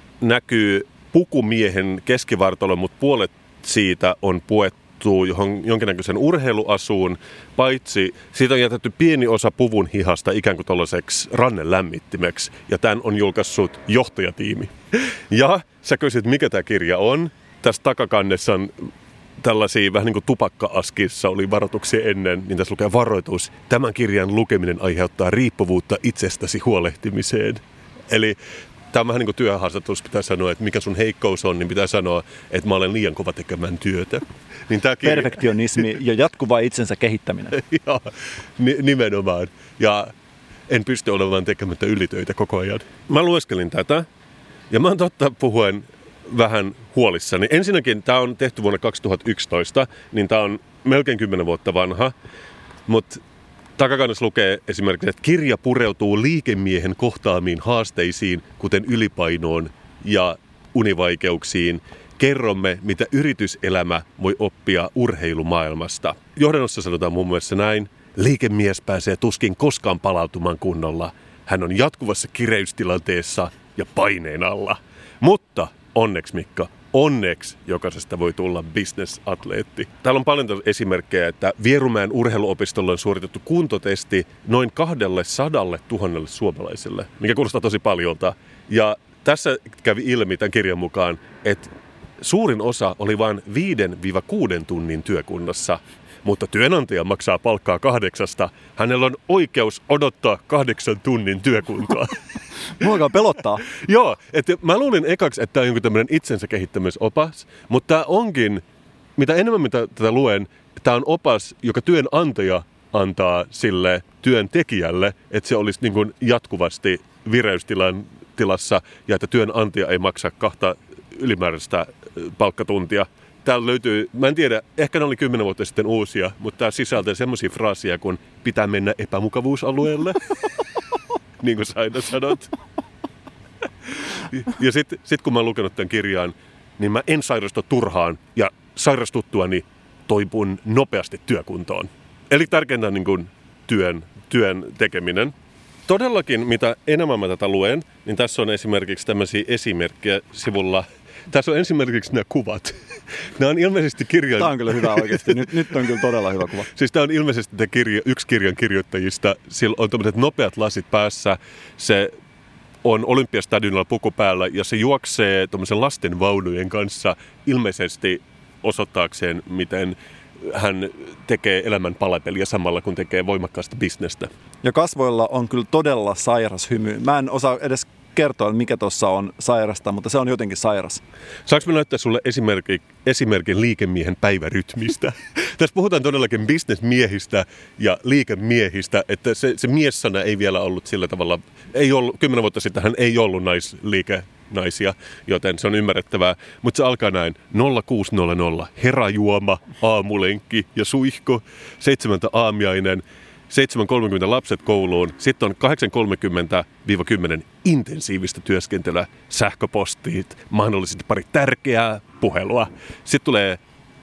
Näkyy pukumiehen keskivartalo, mutta puolet siitä on puettu jonkinnäköisen urheiluasuun, paitsi siitä on jätetty pieni osa puvun hihasta ikään kuin tuollaiseksi rannelämmittimeksi, ja tämän on julkaissut johtajatiimi. Ja sä kysyt, mikä tämä kirja on. Tässä takakannessa on tällaisia vähän niin kuin tupakka-askissa oli varoituksia ennen, niin tässä lukee varoitus. Tämän kirjan lukeminen aiheuttaa riippuvuutta itsestäsi huolehtimiseen. Eli tämä on vähän niin kuin työhaastattelussa pitää sanoa, että mikä sun heikkous on, niin pitää sanoa, että mä olen liian kova tekemään työtä. Niin tämä Perfektionismi ja jatkuva itsensä kehittäminen. Ja, nimenomaan. Ja en pysty olemaan tekemättä ylitöitä koko ajan. Mä lueskelin tätä ja mä oon totta puhuen vähän huolissani. Ensinnäkin tämä on tehty vuonna 2011, niin tämä on melkein 10 vuotta vanha, mutta takakannassa lukee esimerkiksi, että kirja pureutuu liikemiehen kohtaamiin haasteisiin, kuten ylipainoon ja univaikeuksiin. Kerromme, mitä yrityselämä voi oppia urheilumaailmasta. Johdannossa sanotaan muun muassa näin: liikemies pääsee tuskin koskaan palautumaan kunnolla. Hän on jatkuvassa kireystilanteessa ja paineen alla. Mutta onneksi, Mikko, onneksi jokaisesta voi tulla business-atleetti. Täällä on paljon esimerkkejä, että Vierumäen urheiluopistolla on suoritettu kuntotesti noin 200 000 suomalaiselle, mikä kuulostaa tosi paljolta. Ja tässä kävi ilmi tämän kirjan mukaan, että suurin osa oli vain 5-6 tunnin työkunnassa, mutta työnantaja maksaa palkkaa 8. Hänellä on oikeus odottaa 8 tunnin työkuntoa. Mua alkaa pelottaa. Joo, että mä luulin ekaksi, että tämä on jonkun tämmöinen itsensä kehittämisopas, mutta tämä onkin, mitä enemmän mitä tätä luen, tämä on opas, joka työnantaja antaa sille työntekijälle, että se olisi niin kuin jatkuvasti vireystilassa ja että työnantaja ei maksa 2 ylimääräistä palkkatuntia. Täällä löytyy, mä en tiedä, ehkä ne oli 10 vuotta sitten uusia, mutta tää sisältää semmoisia fraaseja kuin pitää mennä epämukavuusalueelle, niin kuin sä aina sanot. Ja sit kun mä oon lukenut tämän kirjan, niin mä en sairastu turhaan ja sairastuttuani toipun nopeasti työkuntoon. Eli tärkeintä on niin kuin työn tekeminen. Todellakin, mitä enemmän mä tätä luen, niin tässä on esimerkiksi tämmöisiä esimerkkejä sivulla. Tässä on esimerkiksi nämä kuvat. Nämä on ilmeisesti kirjan... Tämä on kyllä hyvä oikeasti. Nyt on kyllä todella hyvä kuva. Siis tämä on ilmeisesti yksi kirjan kirjoittajista. Sillä on tämmöiset nopeat lasit päässä. Se on Olympiastadionilla puku päällä ja se juoksee tuommoisen lasten vaunujen kanssa ilmeisesti osoittaakseen, miten hän tekee elämän palapeliä samalla, kun tekee voimakkaasta bisnestä. Ja kasvoilla on kyllä todella sairas hymy. Mä en osaa edes kertoa, mikä tuossa on sairasta, mutta se on jotenkin sairas. Saanko mä näyttää sulle esimerkin liikemiehen päivärytmistä? Tässä puhutaan todellakin bisnesmiehistä ja liikemiehistä, että se mies-sana ei vielä ollut sillä tavalla, 10 vuotta sitten hän ei ollut naisia, joten se on ymmärrettävää. Mutta se alkaa näin: 0600, herajuoma, aamulenkki ja suihku, 7 aamiainen, 7.30 lapset kouluun, sitten on 8.30-10 intensiivistä työskentelyä, sähköpostit, mahdollisesti pari tärkeää puhelua. Sitten tulee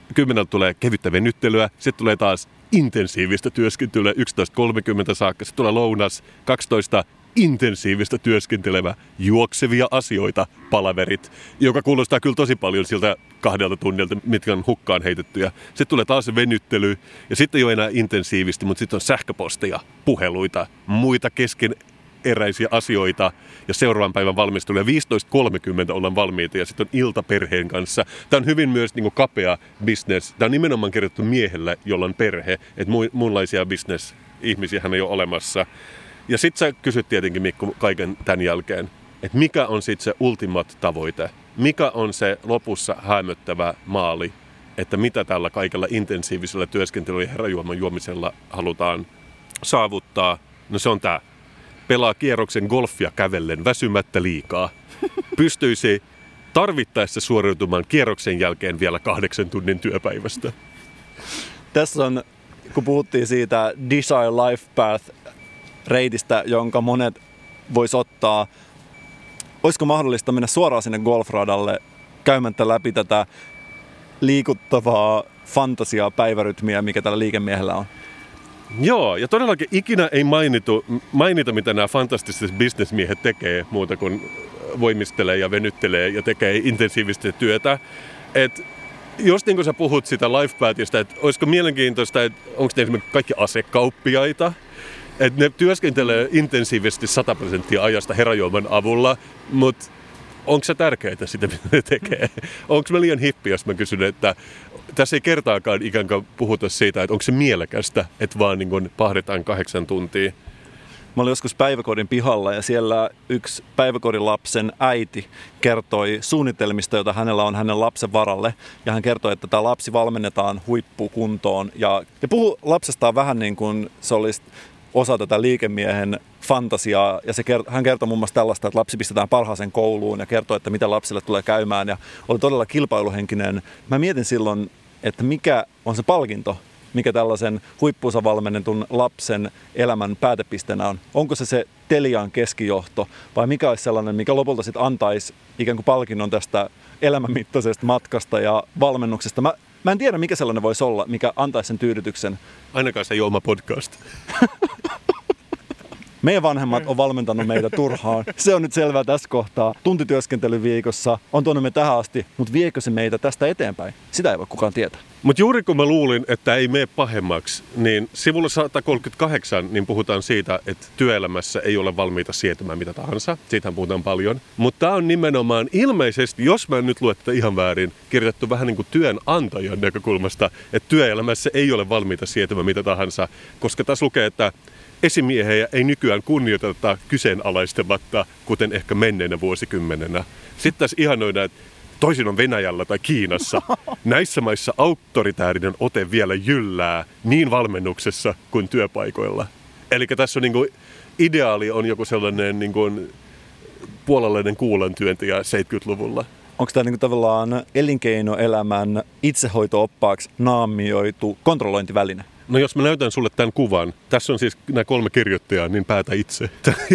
10 tulee kevyttä venyttelyä, sitten tulee taas intensiivistä työskentelyä 11.30 saakka, sitten tulee lounas 12 intensiivistä työskentelevä juoksevia asioita, palaverit, joka kuulostaa kyllä tosi paljon siltä 2 tunnilta, mitkä on hukkaan heitettyjä. Sitten tulee taas venyttely ja sitten ei ole enää intensiivistä, mutta sitten on sähköposteja, puheluita, muita keskeneräisiä asioita ja seuraavan päivän valmistelu. Ja 15.30 ollaan valmiita ja sitten on ilta perheen kanssa. Tämä on hyvin myös niin kuin kapea business. Tämä on nimenomaan kirjoitettu miehelle, jolla on perhe, että muunlaisia business-ihmisiä hän ei ole olemassa. Ja sit sä kysyt tietenkin, Mikko, kaiken tämän jälkeen, että mikä on sitten se ultimate-tavoite? Mikä on se lopussa häämöttävä maali, että mitä tällä kaikella intensiivisellä työskentelyllä ja herrajuoman juomisella halutaan saavuttaa? No se on tää. Pelaa kierroksen golfia kävellen väsymättä liikaa. Pystyisi tarvittaessa suoriutumaan kierroksen jälkeen vielä 8 tunnin työpäivästä. Tässä on, kun puhuttiin siitä Desire Life Path reitistä, jonka monet vois ottaa. Olisiko mahdollista mennä suoraan sinne golfradalle käymättä läpi tätä liikuttavaa fantasiaa päivärytmiä, mikä tällä liikemiehellä on? Joo, ja todellakin ikinä ei mainita, mitä nämä fantastiset bisnesmiehet tekee, muuta kuin voimistelee ja venyttelee ja tekee intensiivistä työtä. Et jos niin kuin sä puhut sitä lifepathista, että olisiko mielenkiintoista, että onko ne esimerkiksi kaikki asekauppiaita, että ne työskentelee intensiivisesti 100% ajasta herrajuoman avulla, mutta onko se tärkeää sitä, mitä ne tekee? Onko mä liian hippi, jos mä kysyn, että tässä ei kertaakaan ikään kuin puhuta siitä, että onko se mielekästä, että vaan niin kuin pahdetaan 8 tuntia. Mä olin joskus päiväkodin pihalla ja siellä yksi päiväkodin lapsen äiti kertoi suunnitelmista, joita hänellä on hänen lapsen varalle. Ja hän kertoi, että tämä lapsi valmennetaan huippukuntoon ja puhui lapsestaan vähän niin kuin se olisi osa tätä liikemiehen fantasiaa. Ja hän kertoi muun muassa tällaista, että lapsi pistetään parhaaseen kouluun ja kertoi, että mitä lapsille tulee käymään. Ja oli todella kilpailuhenkinen. Mä mietin silloin, että mikä on se palkinto, mikä tällaisen huippuunsa valmennetun lapsen elämän päätepisteenä on. Onko se Telian keskijohto vai mikä olisi sellainen, mikä lopulta sitten antaisi ikään kuin palkinnon tästä elämänmittaisesta matkasta ja valmennuksesta. Mä en tiedä, mikä sellainen voisi olla, mikä antaisi sen tyydytyksen. Ainakaan se ei ole oma podcast. Meidän vanhemmat on valmentanut meitä turhaan. Se on nyt selvää tässä kohtaa. Tuntityöskentely viikossa on tuonut me tähän asti, mutta viekö se meitä tästä eteenpäin? Sitä ei voi kukaan tietää. Mutta juuri kun mä luulin, että ei mene pahemmaksi, niin sivulla 138 niin puhutaan siitä, että työelämässä ei ole valmiita sietämään mitä tahansa. Siitähän puhutaan paljon. Mutta tämä on nimenomaan ilmeisesti, jos mä en nyt lue tätä ihan väärin, kirjoitettu vähän niin kuin työnantajan näkökulmasta, että työelämässä ei ole valmiita sietämään mitä tahansa, koska tässä lukee, että esimiehiä ei nykyään kunnioiteta kyseenalaistamatta, kuten ehkä menneenä vuosikymmenenä. Sitten tässä ihanoidaan, että toisin on Venäjällä tai Kiinassa. Näissä maissa autoritäärinen ote vielä jyllää niin valmennuksessa kuin työpaikoilla. Eli tässä on niin kuin, ideaali on joku sellainen niin kuin, puolalainen kuulantyöntäjä 70-luvulla. Onko tämä niin tavallaan elinkeinoelämän itsehoito-oppaaksi naamioitu kontrollointiväline? No jos mä näytän sulle tämän kuvan, tässä on siis nämä 3 kirjoittajaa, niin päätä itse.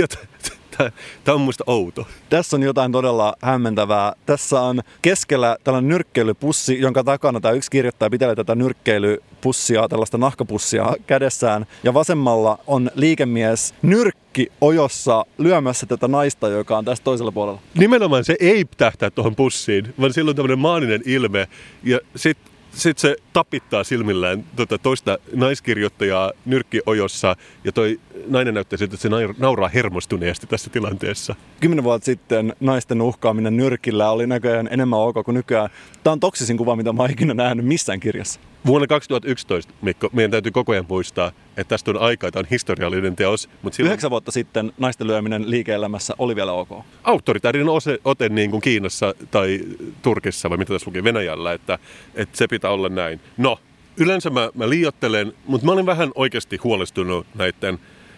Tämä on muista outo. Tässä on jotain todella hämmentävää. Tässä on keskellä tällainen nyrkkeilypussi, jonka takana tämä yksi kirjoittaja pitelee tätä nyrkkeilypussia, tällaista nahkapussia kädessään. Ja vasemmalla on liikemies nyrkki ojossa lyömässä tätä naista, joka on tässä toisella puolella. Nimenomaan se ei tähtää tuohon pussiin, vaan sillä on tämmöinen maaninen ilme. Ja sitten se tapittaa silmillään toista naiskirjoittajaa nyrkkiojossa ja toi nainen näyttää siltä, että se nauraa hermostuneesti tässä tilanteessa. 10 vuotta sitten naisten uhkaaminen nyrkillä oli näköjään enemmän ok kuin nykyään. Tämä on toksisin kuva, mitä mä oon ikinä nähnyt missään kirjassa. Vuonna 2011, Mikko, meidän täytyy koko ajan muistaa, että tästä on aikaa, tämä on historiallinen teos. Mutta silloin 9 vuotta sitten naisten lyöminen liike-elämässä oli vielä ok. Autoritäärinen ote niin kuin Kiinassa tai Turkissa, vai mitä tässä lukee Venäjällä, että se pitää olla näin. No, yleensä mä liioittelen, mutta mä olin vähän oikeasti huolestunut näiden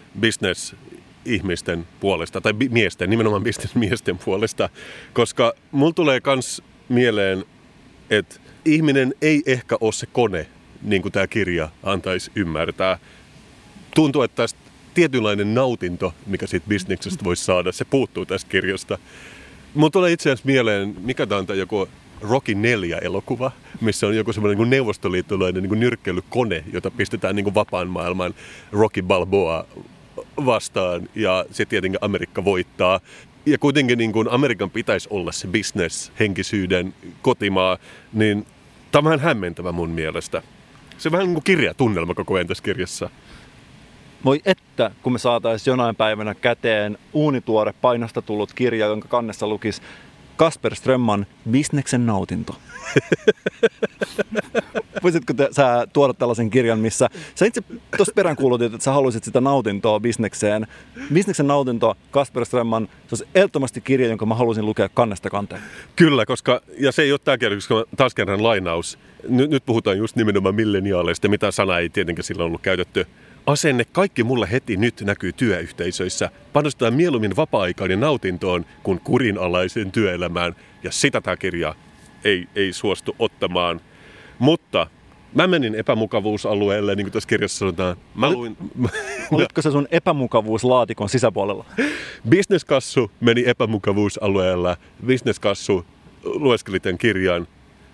business-ihmisten puolesta, tai nimenomaan business-miesten puolesta, koska mulla tulee kans mieleen, että ihminen ei ehkä ole se kone, niin kuin tämä kirja antaisi ymmärtää. Tuntuu, että tästä tietynlainen nautinto, mikä siitä bisneksestä voisi saada, se puuttuu tästä kirjasta. Mulla tulee itse asiassa mieleen, mikä tämä on joku Rocky 4 elokuva, missä on joku semmoinen niin neuvostoliittolainen niin nyrkkeilykone, jota pistetään niin vapaan maailman Rocky Balboa vastaan, ja se tietenkin Amerikka voittaa. Ja kuitenkin niin kuin Amerikan pitäisi olla se business-henkisyyden kotimaa, niin tämä on vähän hämmentävä mun mielestä. Se on vähän niin kuin kirjatunnelma koko ajan tässä kirjassa. Voi että, kun me saataisiin jonain päivänä käteen uunituore painosta tullut kirja, jonka kannessa lukisi Kasper Strömman Bisneksen nautinto. Voisitko sä tuoda tällaisen kirjan, missä sä itse tuossa peräänkuulutit, että sä haluaisit sitä nautintoa bisnekseen. Bisneksen nautinto, Kasper Strömman, se olisi ehdottomasti kirja, jonka mä haluaisin lukea kannesta kanteen. Kyllä, koska, ja se ei ole tämä kirja, koska taas kerran lainaus. Nyt puhutaan just nimenomaan milleniaaleista, mitä sana ei tietenkään silloin ollut käytetty. Asenne kaikki mulle heti nyt näkyy työyhteisöissä. Panostetaan mieluummin vapaa-aikaan ja nautintoon kuin kurinalaiseen työelämään. Ja sitä tämä kirja ei suostu ottamaan. Mutta mä menin epämukavuusalueelle, niin kuin tässä kirjassa sanotaan. Olitko se sun epämukavuuslaatikon sisäpuolella? Businesskassu meni epämukavuusalueella. Businesskassu lueskeli tämän kirjan.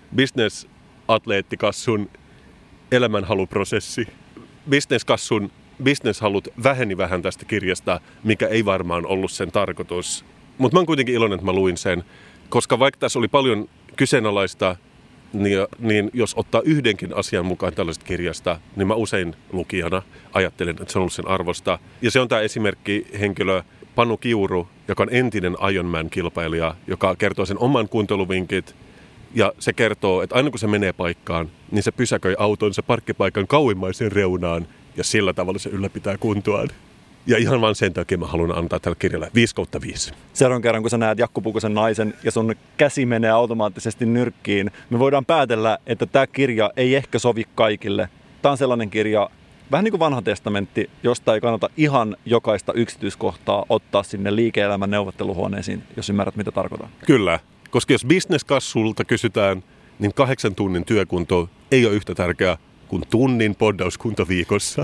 Business-atleettikassun elämänhaluprosessi. Businesskassun businesshalut väheni vähän tästä kirjasta, mikä ei varmaan ollut sen tarkoitus. Mutta mä oon kuitenkin iloinen, että mä luin sen, koska vaikka tässä oli paljon kyseenalaista, niin jos ottaa yhdenkin asian mukaan tällaisesta kirjasta, niin mä usein lukijana ajattelen, että se on ollut sen arvosta. Ja se on tämä esimerkkihenkilö Panu Kiuru, joka on entinen Ironman-kilpailija, joka kertoo sen oman kuntoiluvinkit. Ja se kertoo, että aina kun se menee paikkaan, niin se pysäköi autonsa parkkipaikan kauimmaisen reunaan ja sillä tavalla se ylläpitää kuntoaan. Ja ihan vaan sen takia mä haluan antaa tälle kirjalle 5/5. Seuraavan kerran, kun sä näet Jakku Pukosen naisen ja sun käsi menee automaattisesti nyrkkiin, me voidaan päätellä, että tämä kirja ei ehkä sovi kaikille. Tämä on sellainen kirja, vähän niin kuin Vanha testamentti, josta ei kannata ihan jokaista yksityiskohtaa ottaa sinne liike-elämän neuvotteluhuoneisiin, jos ymmärrät, mitä tarkoitan. Kyllä. Koska jos businesskassulta kysytään, niin 8 tunnin työkunto ei ole yhtä tärkeä kuin tunnin poddauskunto viikossa.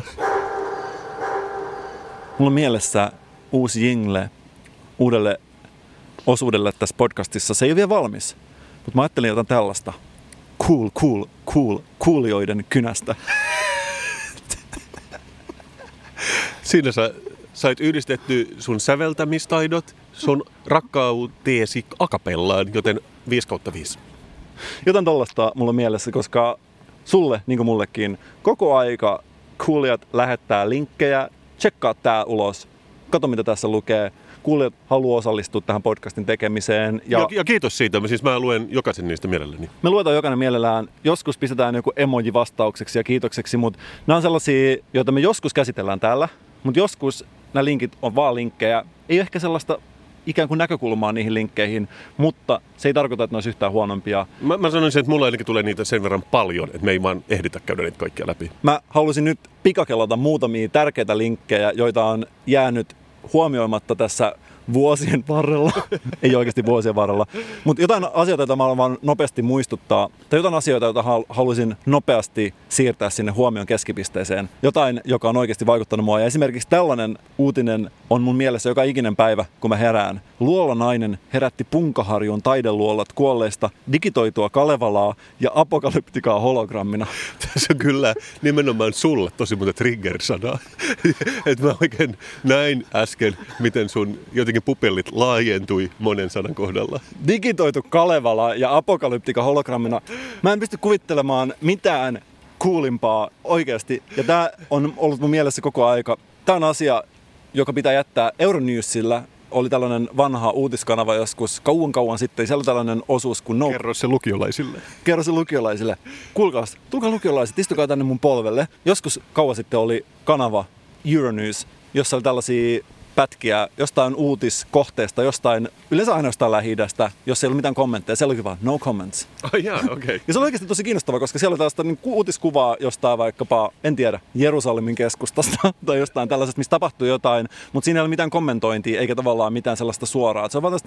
Mulla on mielessä uusi jingle uudelle osuudelle tässä podcastissa. Se ei ole vielä valmis, mutta mä ajattelin jotain tällaista. Kuulijoiden kynästä. Siinä sä sait yhdistetty sun säveltämistaidot, sun rakkauteesi akapellaan, joten 5/5. Jotain tollaista mulla on mielessä, koska sulle, niin kuin mullekin, koko aika kuulijat lähettää linkkejä, tsekkaa tää ulos, kato mitä tässä lukee. Kuulijat haluaa osallistua tähän podcastin tekemiseen. Ja kiitos siitä, mä luen jokaisen niistä mielelläni. Me luetaan jokainen mielellään. Joskus pistetään joku emoji vastaukseksi ja kiitokseksi, mutta nämä on sellaisia, joita me joskus käsitellään täällä. Mutta joskus nämä linkit on vaan linkkejä. Ei ole ehkä sellaista ikään kuin näkökulmaa niihin linkkeihin, mutta se ei tarkoita, että ne olisi yhtään huonompia. Mä sanoisin, että mulla ainakin tulee niitä sen verran paljon, että me ei vaan ehditä käydä niitä kaikkia läpi. Mä halusin nyt pikakelata muutamia tärkeitä linkkejä, joita on jäänyt huomioimatta tässä vuosien varrella. Ei oikeasti vuosien varrella. Mutta jotain asioita, joita mä haluan vaan nopeasti muistuttaa, tai jotain asioita, joita haluaisin nopeasti siirtää sinne huomion keskipisteeseen. Jotain, joka on oikeasti vaikuttanut mua. Ja esimerkiksi tällainen uutinen on mun mielessä joka ikinen päivä, kun mä herään. Luolanainen herätti Punkaharjun taideluolat kuolleista digitoitua Kalevalaa ja apokalyptikaa hologrammina. Tässä on kyllä nimenomaan sulle tosi monta trigger-sanaa. Että mä oikein näin äsken, miten sun jotenkin pupellit laajentui monen sanan kohdalla. Digitoitu Kalevala ja apokalyptika hologrammina. Mä en pysty kuvittelemaan mitään kuulimpaa oikeasti. Ja tää on ollut mun mielessä koko aika. Tää on asia, joka pitää jättää Euronewsillä. Oli tällainen vanha uutiskanava joskus kauan sitten. Siellä oli tällainen osuus kuin Kerro se lukiolaisille. Kerro se lukiolaisille. Kuulkaas, tulkaa lukiolaiset, istukaa tänne mun polvelle. Joskus kauan sitten oli kanava Euronews, jossa oli tällaisia pätkiä jostain uutiskohteesta, jostain, yleensä aina jostain Lähi-idästä, jos ei ollut mitään kommentteja. Siellä oli vaan no comments. Okay. Ja se oli oikeasti tosi kiinnostava, koska siellä oli tällaista niin uutiskuvaa jostain vaikkapa, en tiedä, Jerusalemin keskustasta tai jostain tällaisesta, missä tapahtui jotain, mutta siinä ei ole mitään kommentointia eikä tavallaan mitään sellaista suoraa. Se on vaan tällaista niin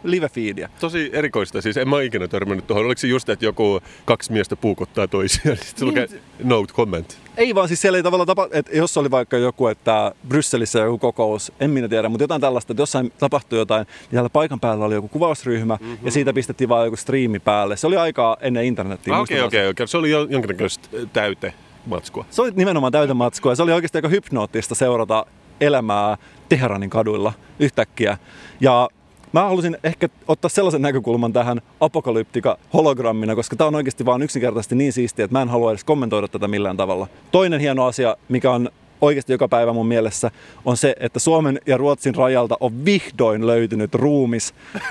live-feedia. Tosi erikoista, siis en mä ole ikinä törmännyt tuohon. Oliko se just, että joku 2 miestä puukottaa toisiaan, niin sitten lukee note comment? Ei vaan, siis siellä ei tavallaan että jos oli vaikka joku, että Brysselissä joku kokous, en minä tiedä, mutta jotain tällaista, että jossain tapahtui jotain, niin täällä paikan päällä oli joku kuvausryhmä, ja siitä pistettiin vaan joku striimi päälle. Se oli aikaa ennen internettiä. Okei. Se oli jonkinnäköistä täytematskua. Se oli nimenomaan täytematskua, ja se oli oikeasti aika hypnoottista seurata elämää Teheranin kaduilla yhtäkkiä. Ja mä halusin ehkä ottaa sellaisen näkökulman tähän apokalyptika-hologrammina, koska tää on oikeasti vaan yksinkertaisesti niin siistiä, että mä en halua edes kommentoida tätä millään tavalla. Toinen hieno asia, mikä on oikeasti joka päivä mun mielessä, on se, että Suomen ja Ruotsin rajalta on vihdoin löytynyt ruumis.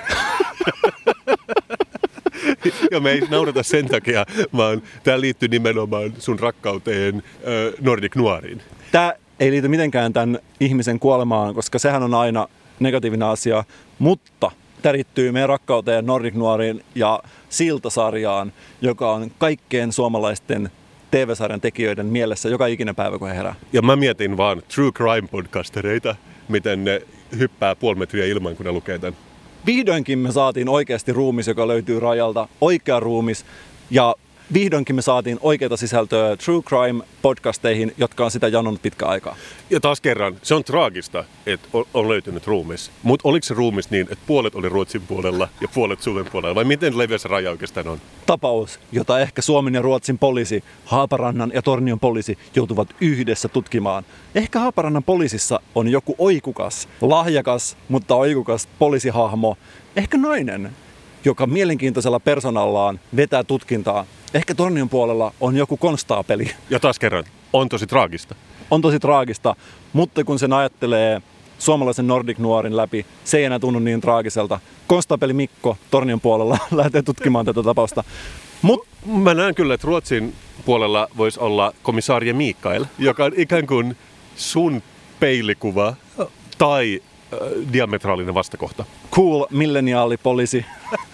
Ja me ei naurata sen takia, vaan tää liittyy nimenomaan sun rakkauteen Nordic Noiriin. Tää ei liity mitenkään tämän ihmisen kuolemaan, koska sehän on aina negatiivinen asia, mutta tämä liittyy meidän rakkauteen Nordic Noiriin ja Silta-sarjaan, joka on kaikkien suomalaisten TV-sarjan tekijöiden mielessä joka ikinen päivä, kun he herää. Ja mä mietin vaan True Crime-podcastereita, miten ne hyppää puoli metriä ilman, kun ne lukee tämän. Vihdoinkin me saatiin oikeasti ruumis, joka löytyy rajalta, oikea ruumis, ja vihdoinkin me saatiin oikeita sisältöä True Crime-podcasteihin, jotka on sitä janonut pitkä aikaa. Ja taas kerran, se on traagista, että on löytynyt ruumis. Mutta oliko se ruumis niin, että puolet oli Ruotsin puolella ja puolet Suomen puolella? Vai miten leveä se raja oikeastaan on? Tapaus, jota ehkä Suomen ja Ruotsin poliisi, Haaparannan ja Tornion poliisi joutuvat yhdessä tutkimaan. Ehkä Haaparannan poliisissa on joku oikukas, lahjakas, mutta oikukas poliisihahmo. Ehkä nainen, joka mielenkiintoisella persoonallaan vetää tutkintaa. Ehkä Tornion puolella on joku konstaapeli. Ja taas kerran, on tosi traagista. On tosi traagista, mutta kun sen ajattelee suomalaisen Nordic Noirin läpi, se ei enää tunnu niin traagiselta. Konstaapeli Mikko Tornion puolella lähtee tutkimaan tätä tapausta. Mä näen kyllä, että Ruotsin puolella voisi olla komisaari Mikael, joka on ikään kuin sun peilikuva tai diametraalinen vastakohta. Cool milleniaalipoliisi,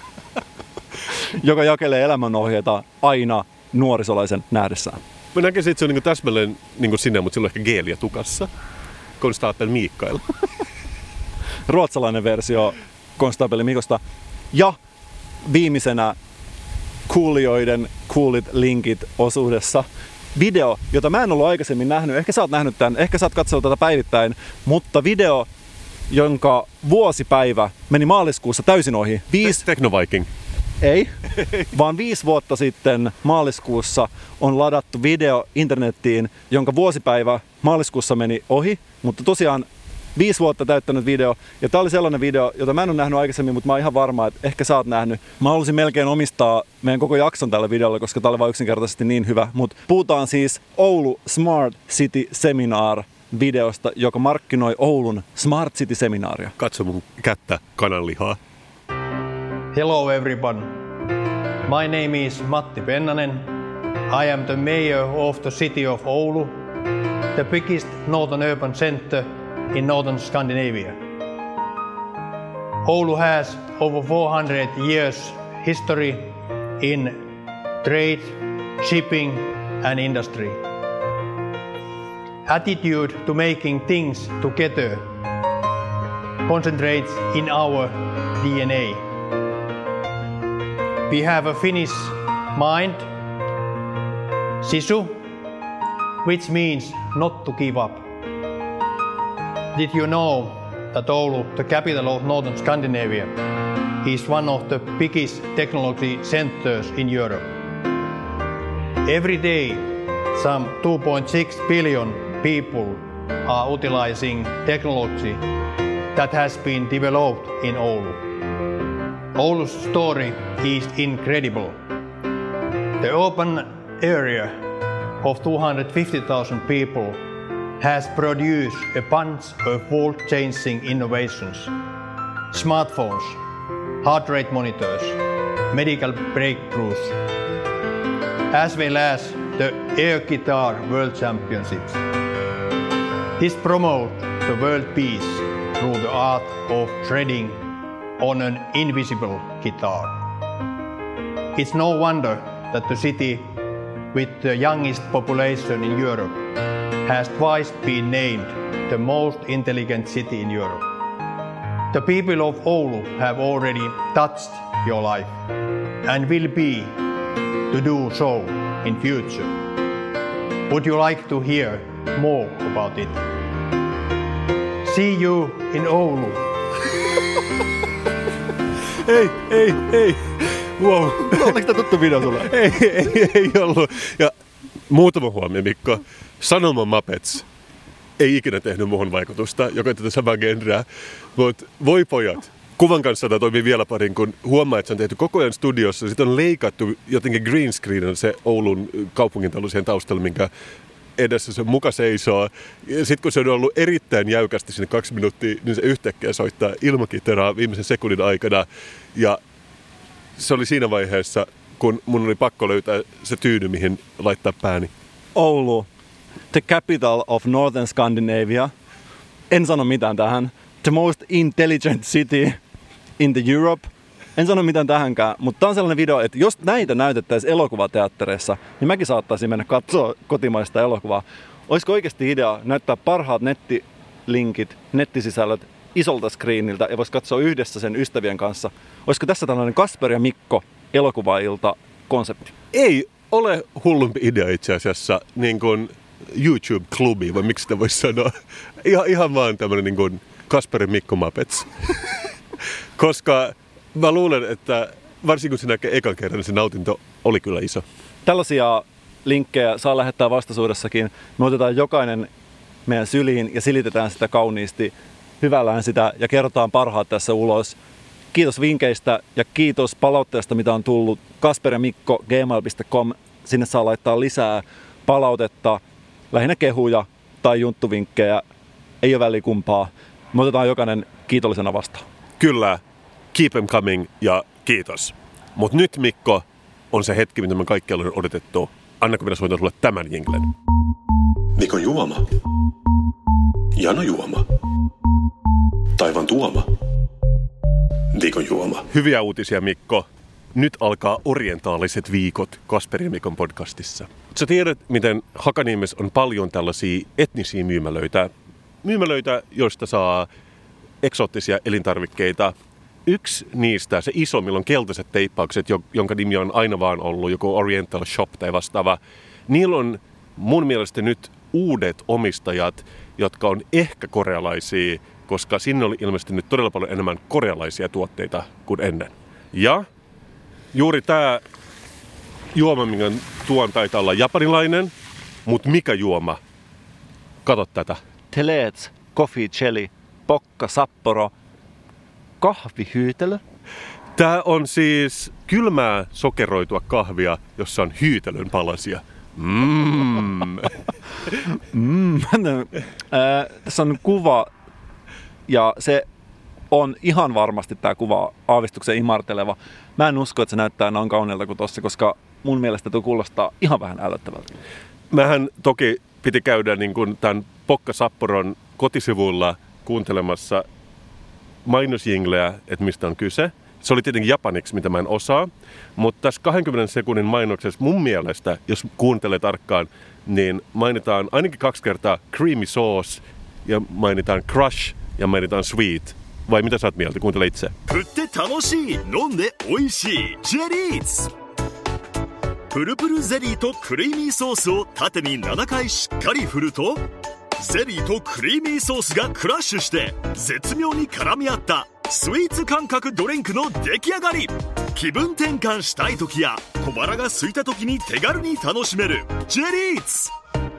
joka jakelee elämänohjeita aina nuorisolaisen nähdessään. Mä näkisin, että se on niin täsmälleen niin sinne, mutta sillä on ehkä geeliä tukassa. Konstaapel Mikael. Ruotsalainen versio konstaapeli Mikosta. Ja viimeisenä kuulijoiden coolit linkit osuudessa video, jota mä en ollut aikaisemmin nähnyt. Ehkä sä oot nähnyt tämän, ehkä sä oot katsellut tätä päivittäin, mutta video, jonka vuosipäivä meni maaliskuussa täysin ohi. Techno-Viking. Ei, vaan 5 vuotta sitten maaliskuussa on ladattu video internettiin, jonka vuosipäivä maaliskuussa meni ohi, mutta tosiaan 5 vuotta täyttänyt video. Ja tää oli sellainen video, jota mä en ole nähnyt aikaisemmin, mutta mä oon ihan varma, että ehkä sä oot nähnyt. Mä haluaisin melkein omistaa meidän koko jakson tällä videolla, koska tää oli vaan yksinkertaisesti niin hyvä. Mutta puhutaan siis Oulu Smart City Seminar videosta, joka markkinoi Oulun Smart City Seminaaria. Katso mun kättä kananlihaa. Hello everyone. My name is Matti Pennanen. I am the mayor of the city of Oulu, the biggest northern urban center in northern Scandinavia. Oulu has over 400 years history in trade, shipping and industry. Attitude to making things together concentrates in our DNA. We have a Finnish mind, sisu, which means not to give up. Did you know that Oulu, the capital of northern Scandinavia, is one of the biggest technology centers in Europe? Every day, some 2.6 billion people are utilizing technology that has been developed in Oulu. Oulu's story is incredible. The urban area of 250,000 people has produced a bunch of world-changing innovations. Smartphones, heart rate monitors, medical breakthroughs, as well as the Air Guitar World Championships. This promotes the world peace through the art of shredding on an invisible guitar. It's no wonder that the city with the youngest population in Europe has twice been named the most intelligent city in Europe. The people of Oulu have already touched your life and will be to do so in future. Would you like to hear more about it? See you in Oulu. Ei. Wow. Oliko tämä tuttu video sulle? Ei ollut. Ja muutama huomio, Mikko. Sanoma Muppets ei ikinä tehnyt muuhun vaikutusta, joka on tätä samaa genreä. Mutta voi pojat, kuvan kanssa tämä toimii vielä parin, kun huomaa, että se on tehty koko ajan studiossa. Sitten on leikattu jotenkin green screen se Oulun kaupungintalo siihen taustalla, minkä edessä se muka seisoo. Sitten kun se on ollut erittäin jäykästi sinne 2 minuuttia, niin se yhtäkkiä soittaa ilmakiteraa viimeisen sekunnin aikana. Ja se oli siinä vaiheessa, kun mun oli pakko löytää se tyyny, mihin laittaa pääni. Oulu, the capital of Northern Scandinavia. En sano mitään tähän. The most intelligent city in the Europe. En sano mitään tähänkään, mutta tämä on sellainen video, että jos näitä näytettäisiin elokuvateattereissa, niin mäkin saattaisin mennä katsoa kotimaista elokuvaa. Olisiko oikeasti idea näyttää parhaat nettilinkit, nettisisällöt isolta screeniltä ja voisi katsoa yhdessä sen ystävien kanssa? Olisiko tässä tällainen Kasper ja Mikko elokuvailta-konsepti? Ei ole hullumpi idea itse asiassa niin kuin YouTube-klubi, vai miksi sitä voisi sanoa. Ihan vaan tämmöinen niin kuin Kasper ja Mikko Muppets. Koska mä luulen, että varsinkin kun se näkee ekan kerran, niin se nautinto oli kyllä iso. Tällaisia linkkejä saa lähettää vastaisuudessakin. Me otetaan jokainen meidän syliin ja silitetään sitä kauniisti, hyvällään sitä ja kerrotaan parhaat tässä ulos. Kiitos vinkkeistä ja kiitos palautteesta, mitä on tullut. Kasper ja Mikko gmail.com. Sinne saa laittaa lisää palautetta, lähinnä kehuja tai junttuvinkkejä. Ei ole väliä kumpaa. Me otetaan jokainen kiitollisena vastaan. Kyllä, keep them coming ja kiitos. Mutta nyt, Mikko, on se hetki, mitä me kaikki ollaan odotettu. Annako minä soitan sulle tämän jinglen? Mikon juoma. Jano juoma. Taivan tuoma. Viikon juoma. Hyviä uutisia, Mikko. Nyt alkaa orientaaliset viikot Kasper ja Mikon podcastissa. Sä tiedät, miten Hakaniemessä on paljon tällaisia etnisiä myymälöitä. Myymälöitä, joista saa eksoottisia elintarvikkeita. Yksi niistä, se iso, millä on keltaiset teippaukset, jonka nimi on aina vaan ollut joku Oriental Shop tai vastaava. Niillä on mun mielestä nyt uudet omistajat, jotka on ehkä korealaisia, koska sinne oli ilmestynyt todella paljon enemmän korealaisia tuotteita kuin ennen. Ja juuri tämä juoma, minkä tuon taitaa olla japanilainen, mutta mikä juoma? Kato tätä. Teleets, Coffee Jelly, Pokka Sapporo, kahvihyytelö. Tämä on siis kylmää sokeroitua kahvia, jossa on hyytelön palasia. Tässä on kuva ja se on ihan varmasti tämä kuva aavistuksen imarteleva. Mä en usko, että se näyttää noin kauniilta kuin tossa, koska mun mielestä tuo kuulostaa ihan vähän älyttävältä. Mähän toki piti käydä niin kuin tämän Pokka Sapporon kotisivuilla kuuntelemassa mainosjingleä, että mistä on kyse. Se oli tietenkin japaniksi, mitä mä en osaa, mutta tässä 20 sekunnin mainoksessa mun mielestä, jos kuuntelee tarkkaan, niin mainitaan ainakin 2 kertaa creamy sauce ja mainitaan crush ja mainitaan sweet. Vai mitä sä oot mieltä? Kuuntele itse. 振って楽しい飲んで美味しいジェリーズプルプルゼリーとクリーミーソースを縦に7回しっかり振るとゼリーとクリーミーソースがクラッシュして絶妙に絡み合ったスイーツ感覚ドリンクの出来上がり気分転換したい時や小腹が空いた時に手軽に楽しめるジェリーズ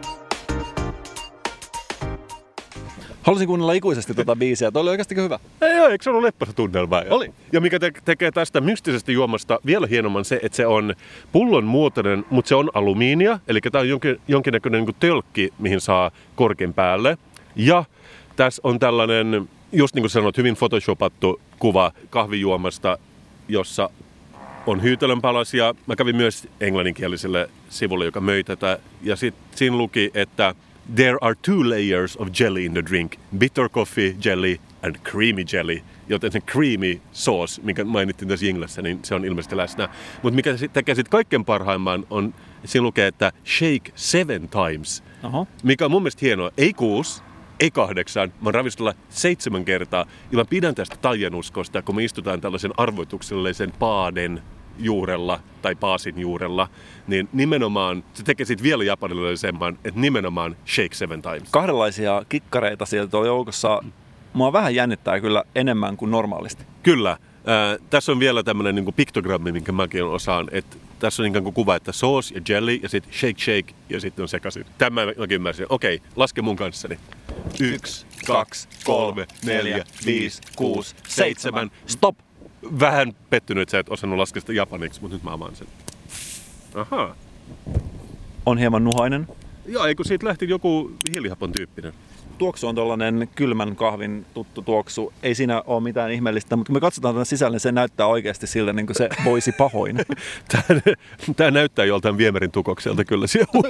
Halusin kuunnella ikuisesti tuota biisiä. Tuo oli oikeasti hyvä. Joo, eikö se ollut leppässä tunnelma? Oli. Ja mikä tekee tästä mystisestä juomasta vielä hienomman se, että se on pullon muotoinen, mutta se on alumiinia. Eli tämä on jonkinnäköinen niin tölkki, mihin saa korkin päälle. Ja tässä on tällainen, just niin kuin sanoit, hyvin photoshopattu kuva kahvijuomasta, jossa on hyytelönpalasia. Mä kävin myös englanninkieliselle sivulle, joka möi tätä. Ja sitten siinä luki, että there are 2 layers of jelly in the drink. Bitter coffee jelly and creamy jelly. Joten se creamy sauce, minkä mainittiin tässä jinglessä, niin se on ilmeisesti läsnä. Mutta mikä tekee sitten kaikkein parhaimman on, siinä lukee, että shake 7 times. Oho. Mikä on mun mielestä hienoa. Ei 6, ei 8, mä oon ravistella 7 kertaa. Ja mä pidän tästä taianuskosta, kun me istutaan tällaisen arvoituksellisen paaden juurella tai paasin juurella, niin nimenomaan se tekee siitä vielä japanilaisemman, että nimenomaan shake 7 times. Kahdenlaisia kikkareita sieltä on joukossa. Mua vähän jännittää kyllä enemmän kuin normaalisti. Kyllä. Tässä on vielä tämmöinen niin kuin piktogrammi, minkä mäkin osaan, että tässä on ikään kuin kuva, että sauce ja jelly ja sitten shake ja sitten on sekaisin. Tämä mäkin ymmärsin. Okei, laske mun kanssani. 1, 2, 3, 4, 5, 6, 7. Stop! Vähän pettynyt, että sä et osannut laskea sitä japaniksi, mutta nyt mä avaan sen. Ahaa. On hieman nuhainen. Joo, eikö siitä lähti joku hiilihapon tyyppinen? Tuoksu on tollainen kylmän kahvin tuttu tuoksu. Ei siinä ole mitään ihmeellistä, mutta kun me katsotaan tänne sisälle, niin se näyttää oikeasti siltä, niin kuin se voisi pahoin. Tämä näyttää joltain viemärin tukokselta kyllä.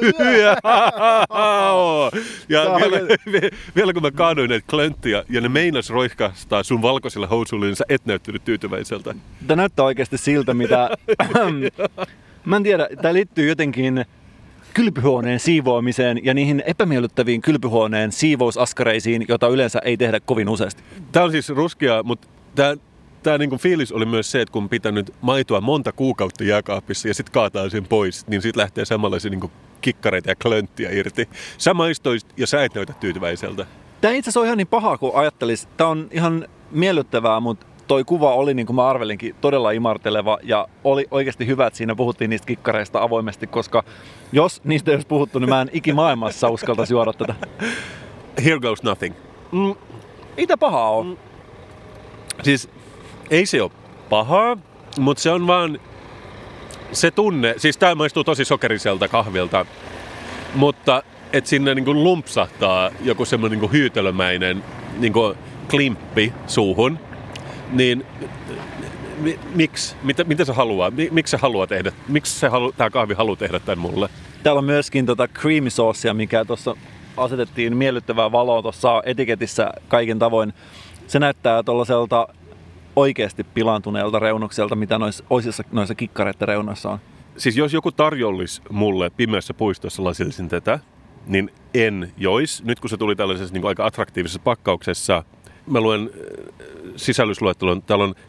Ja vielä kun mä kaadoin näitä klönttiä ja ne meinas roihkastaa sun valkoisilla housuilla, niin sä et näyttänyt tyytyväiseltä. Tämä näyttää oikeasti siltä, mitä... Mä en tiedä, tämä liittyy jotenkin kylpyhuoneen siivoamiseen ja niihin epämiellyttäviin kylpyhuoneen siivousaskareisiin, joita yleensä ei tehdä kovin useasti. Tämä on siis ruskea, mutta tämä niinku fiilis oli myös se, että kun pitänyt maitoa monta kuukautta jääkaapissa ja sitten kaataa sen pois, niin siitä lähtee samanlaisia niinku kikkareita ja klönttiä irti. Sä maistoisit ja sä et näytä tyytyväiseltä. Tämä itse asiassa on ihan niin paha kuin ajattelis. Tämä on ihan miellyttävää, mutta toi kuva oli, niin kuin mä arvelinkin, todella imarteleva ja oli oikeasti hyvä, että siinä puhuttiin niistä kikkareista avoimesti, koska jos niistä ei olisi puhuttu, niin mä en ikimaailmassa uskaltaisi juoda tätä. Here goes nothing. Ei tää pahaa ole. Siis ei se ole pahaa, mutta se on vaan se tunne, siis tää maistuu tosi sokeriselta kahvilta, mutta et sinne niinku lumpsahtaa joku semmoinen niinku hyytelömäinen niinku klimppi suuhun. Niin miksi? Mitä se haluaa? Miksi se haluaa tehdä? Miksi tämä kahvi haluaa tehdä tämän mulle? Täällä on myöskin creamy saucea, mikä tuossa asetettiin miellyttävää valoa tuossa etiketissä kaiken tavoin. Se näyttää tuollaiselta oikeasti pilaantuneelta reunukselta, mitä noissa kikkareiden reunoissa on. Siis jos joku tarjollisi mulle pimeässä puistossa lasilisin tätä, niin en jois. Nyt kun se tuli tällaisessa niin kuin aika attraktiivisessa pakkauksessa, mä luen sisällysluettelon, täällä on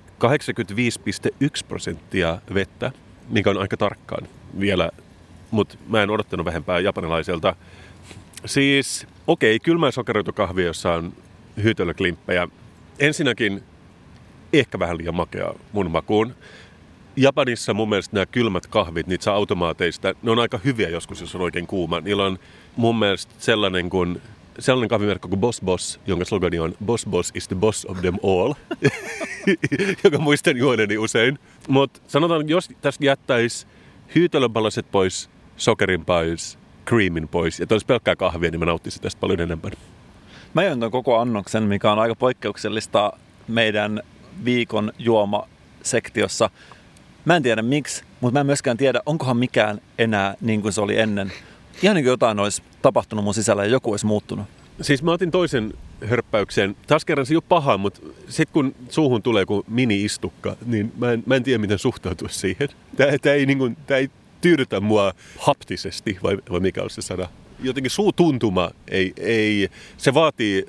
85,1% vettä, mikä on aika tarkkaan vielä, mutta mä en odottanut vähempää japanilaiselta. Siis, kylmää sokeroitu kahvi, jossa on hyytelöklimppejä. Ensinnäkin ehkä vähän liian makea mun makuun. Japanissa mun mielestä nämä kylmät kahvit, niitä saa automaateista, ne on aika hyviä joskus, jos on oikein kuuma. Niillä on mun mielestä sellainen kahvimerkki kuin Boss Boss, jonka slogani on Boss Boss is the boss of them all, joka muistan juoneni usein. Mutta sanotaan, jos tästä jättäisi hyytelönpalaset pois, sokerin pois, creamin pois, ja olisi pelkkää kahvia, niin mä nauttisin tästä paljon enemmän. Mä join ton koko annoksen, mikä on aika poikkeuksellista meidän viikon juomasektiossa. Mä en tiedä miksi, mutta mä en myöskään tiedä, onkohan mikään enää niin kuin se oli ennen. Ihan niin kuin jotain olisi tapahtunut mun sisällä ja joku olisi muuttunut. Siis mä otin toisen hörppäyksen. Taas kerran se ei ole paha, mutta sitten kun suuhun tulee joku mini-istukka, niin mä en tiedä, miten suhtautua siihen. Tää ei tyydytä mua haptisesti, vai mikä on se sana. Jotenkin suutuntuma ei. Se vaatii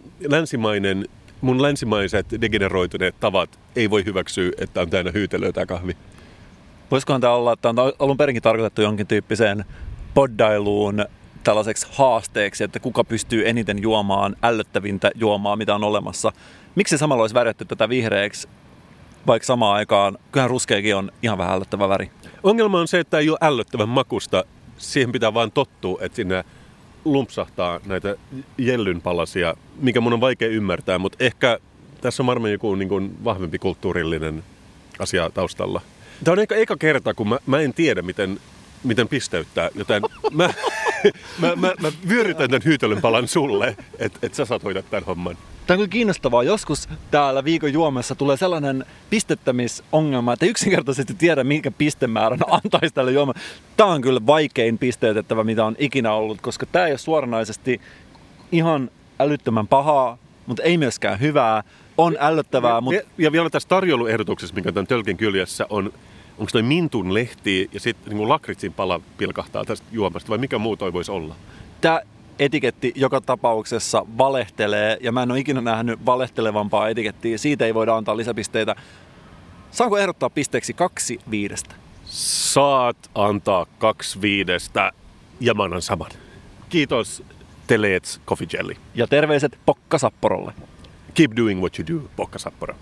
mun länsimaiset degeneroituneet tavat ei voi hyväksyä, että on täynnä hyytelöä tää kahvi. Voisikohan tämä olla, että on alun perinkin tarkoitettu jonkin tyyppiseen poddailuun tällaiseksi haasteeksi, että kuka pystyy eniten juomaan ällöttävintä juomaa, mitä on olemassa. Miksi samalla olisi värjätty tätä vihreäksi, vaikka samaan aikaan, kyllähän ruskeakin on ihan vähän ällöttävä väri. Ongelma on se, että ei ole ällöttävän makusta. Siihen pitää vaan tottua, että sinne lumpsahtaa näitä jellynpalasia, mikä mun on vaikea ymmärtää, mutta ehkä tässä on varmaan joku niin kuin vahvempi kulttuurillinen asia taustalla. Tämä on ehkä eka kerta, kun mä en tiedä, miten pisteyttää, joten mä vyörytän tämän hyytelön palan sulle, että sä saat hoitaa tämän homman. Tämä on kyllä kiinnostavaa. Joskus täällä viikon juomassa tulee sellainen pistettämisongelma, että yksinkertaisesti tiedä, minkä pistemäärän antaisi tälle juomalle. Tämä on kyllä vaikein pisteytettävä, mitä on ikinä ollut, koska tämä ei ole suoranaisesti ihan älyttömän pahaa, mutta ei myöskään hyvää. On ällöttävää, mutta... Ja vielä tässä tarjouluehdotuksessa, mikä tämän tölkin kyljessä on, onko toi mintun lehti ja sitten niin lakritsin pala pilkahtaa tästä juomasta, vai mikä muu toi voisi olla? Tämä etiketti joka tapauksessa valehtelee, ja mä en ole ikinä nähnyt valehtelevampaa etikettiä. Siitä ei voida antaa lisäpisteitä. Saanko ehdottaa pisteeksi 2/5? Saat antaa 2/5 ja mä annan saman. Kiitos Teleets Coffee Jelly. Ja terveiset Pokka Sapporolle. Keep doing what you do, Pokka Sapporo.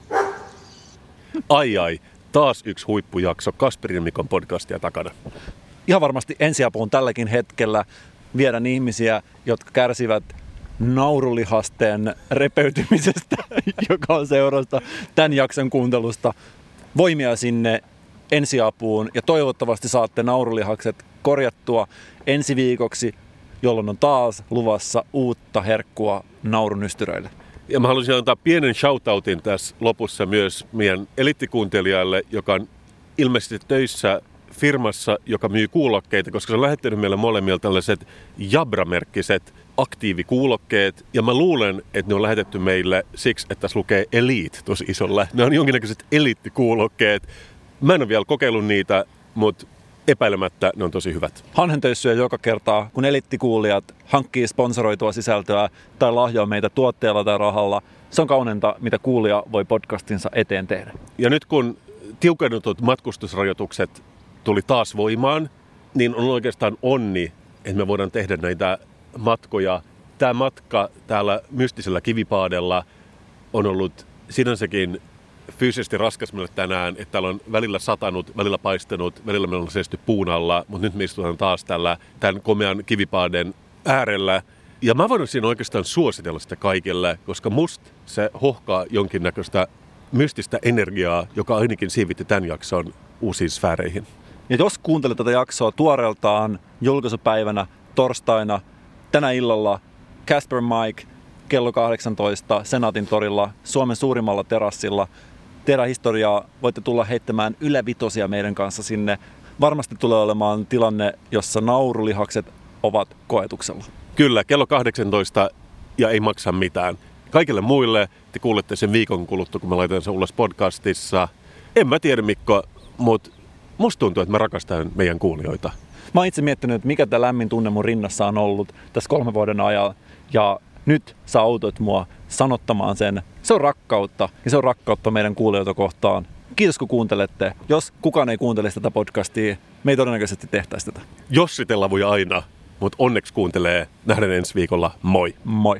Ai, taas yksi huippujakso Kasperin Mikon podcastia takana. Ihan varmasti ensiapuun tälläkin hetkellä viedä ihmisiä, jotka kärsivät naurulihasteen repeytymisestä, joka on seurausta tämän jakson kuuntelusta. Voimia sinne ensiapuun ja toivottavasti saatte naurulihakset korjattua ensi viikoksi, jolloin on taas luvassa uutta herkkua naurunystyröille. Ja mä haluaisin antaa pienen shoutoutin tässä lopussa myös meidän eliittikuuntelijalle, joka on ilmeisesti töissä firmassa, joka myy kuulokkeita, koska se on lähettänyt meille molemmille tällaiset Jabra-merkkiset aktiivikuulokkeet. Ja mä luulen, että ne on lähetetty meille siksi, että tässä lukee Elite tosi isolla. Ne on jonkinnäköiset eliittikuulokkeet. Mä en ole vielä kokeillut niitä, mutta epäilemättä ne on tosi hyvät. Hanhentöissyä joka kertaa, kun eliittikuulijat hankkii sponsoroitua sisältöä tai lahjoa meitä tuotteella tai rahalla. Se on kauneinta, mitä kuulija voi podcastinsa eteen tehdä. Ja nyt kun tiukennutut matkustusrajoitukset tuli taas voimaan, niin on oikeastaan onni, että me voidaan tehdä näitä matkoja. Tämä matka täällä mystisellä kivipaadella on ollut sinänsäkin fyysisesti raskas meille tänään, että täällä on välillä satanut, välillä paistanut, välillä meillä on seisty puun alla, mutta nyt me istutaan taas tämän komean kivipaaden äärellä. Ja mä voin siinä oikeastaan suositella sitä kaikille, koska musta se hohkaa jonkinnäköistä mystistä energiaa, joka ainakin siivitti tämän jakson uusiin sfääreihin. Ja jos kuuntelet tätä jaksoa tuoreeltaan julkaisupäivänä torstaina tänä illalla Casper Mike kello 18 Senaatin torilla Suomen suurimmalla terassilla. Tehdään historiaa, voitte tulla heittämään ylävitosia meidän kanssa sinne. Varmasti tulee olemaan tilanne, jossa naurulihakset ovat koetuksella. Kyllä, kello 18 ja ei maksa mitään. Kaikille muille te kuulette sen viikon kuluttua, kun mä laitan sen ulos podcastissa. En mä tiedä, Mikko, mutta musta tuntuu, että mä rakastan meidän kuulijoita. Mä oon itse miettinyt, että mikä tämä lämmin tunne mun rinnassa on ollut tässä 3 vuoden ajan. Ja nyt sä autoit mua sanottamaan sen. Se on rakkautta ja se on rakkautta meidän kuulijoita kohtaan. Kiitos kun kuuntelette. Jos kukaan ei kuuntele tätä podcastia, me ei todennäköisesti tehtäisi tätä. Jossitella voi aina, mutta onneksi kuuntelee. Nähdään ensi viikolla. Moi! Moi!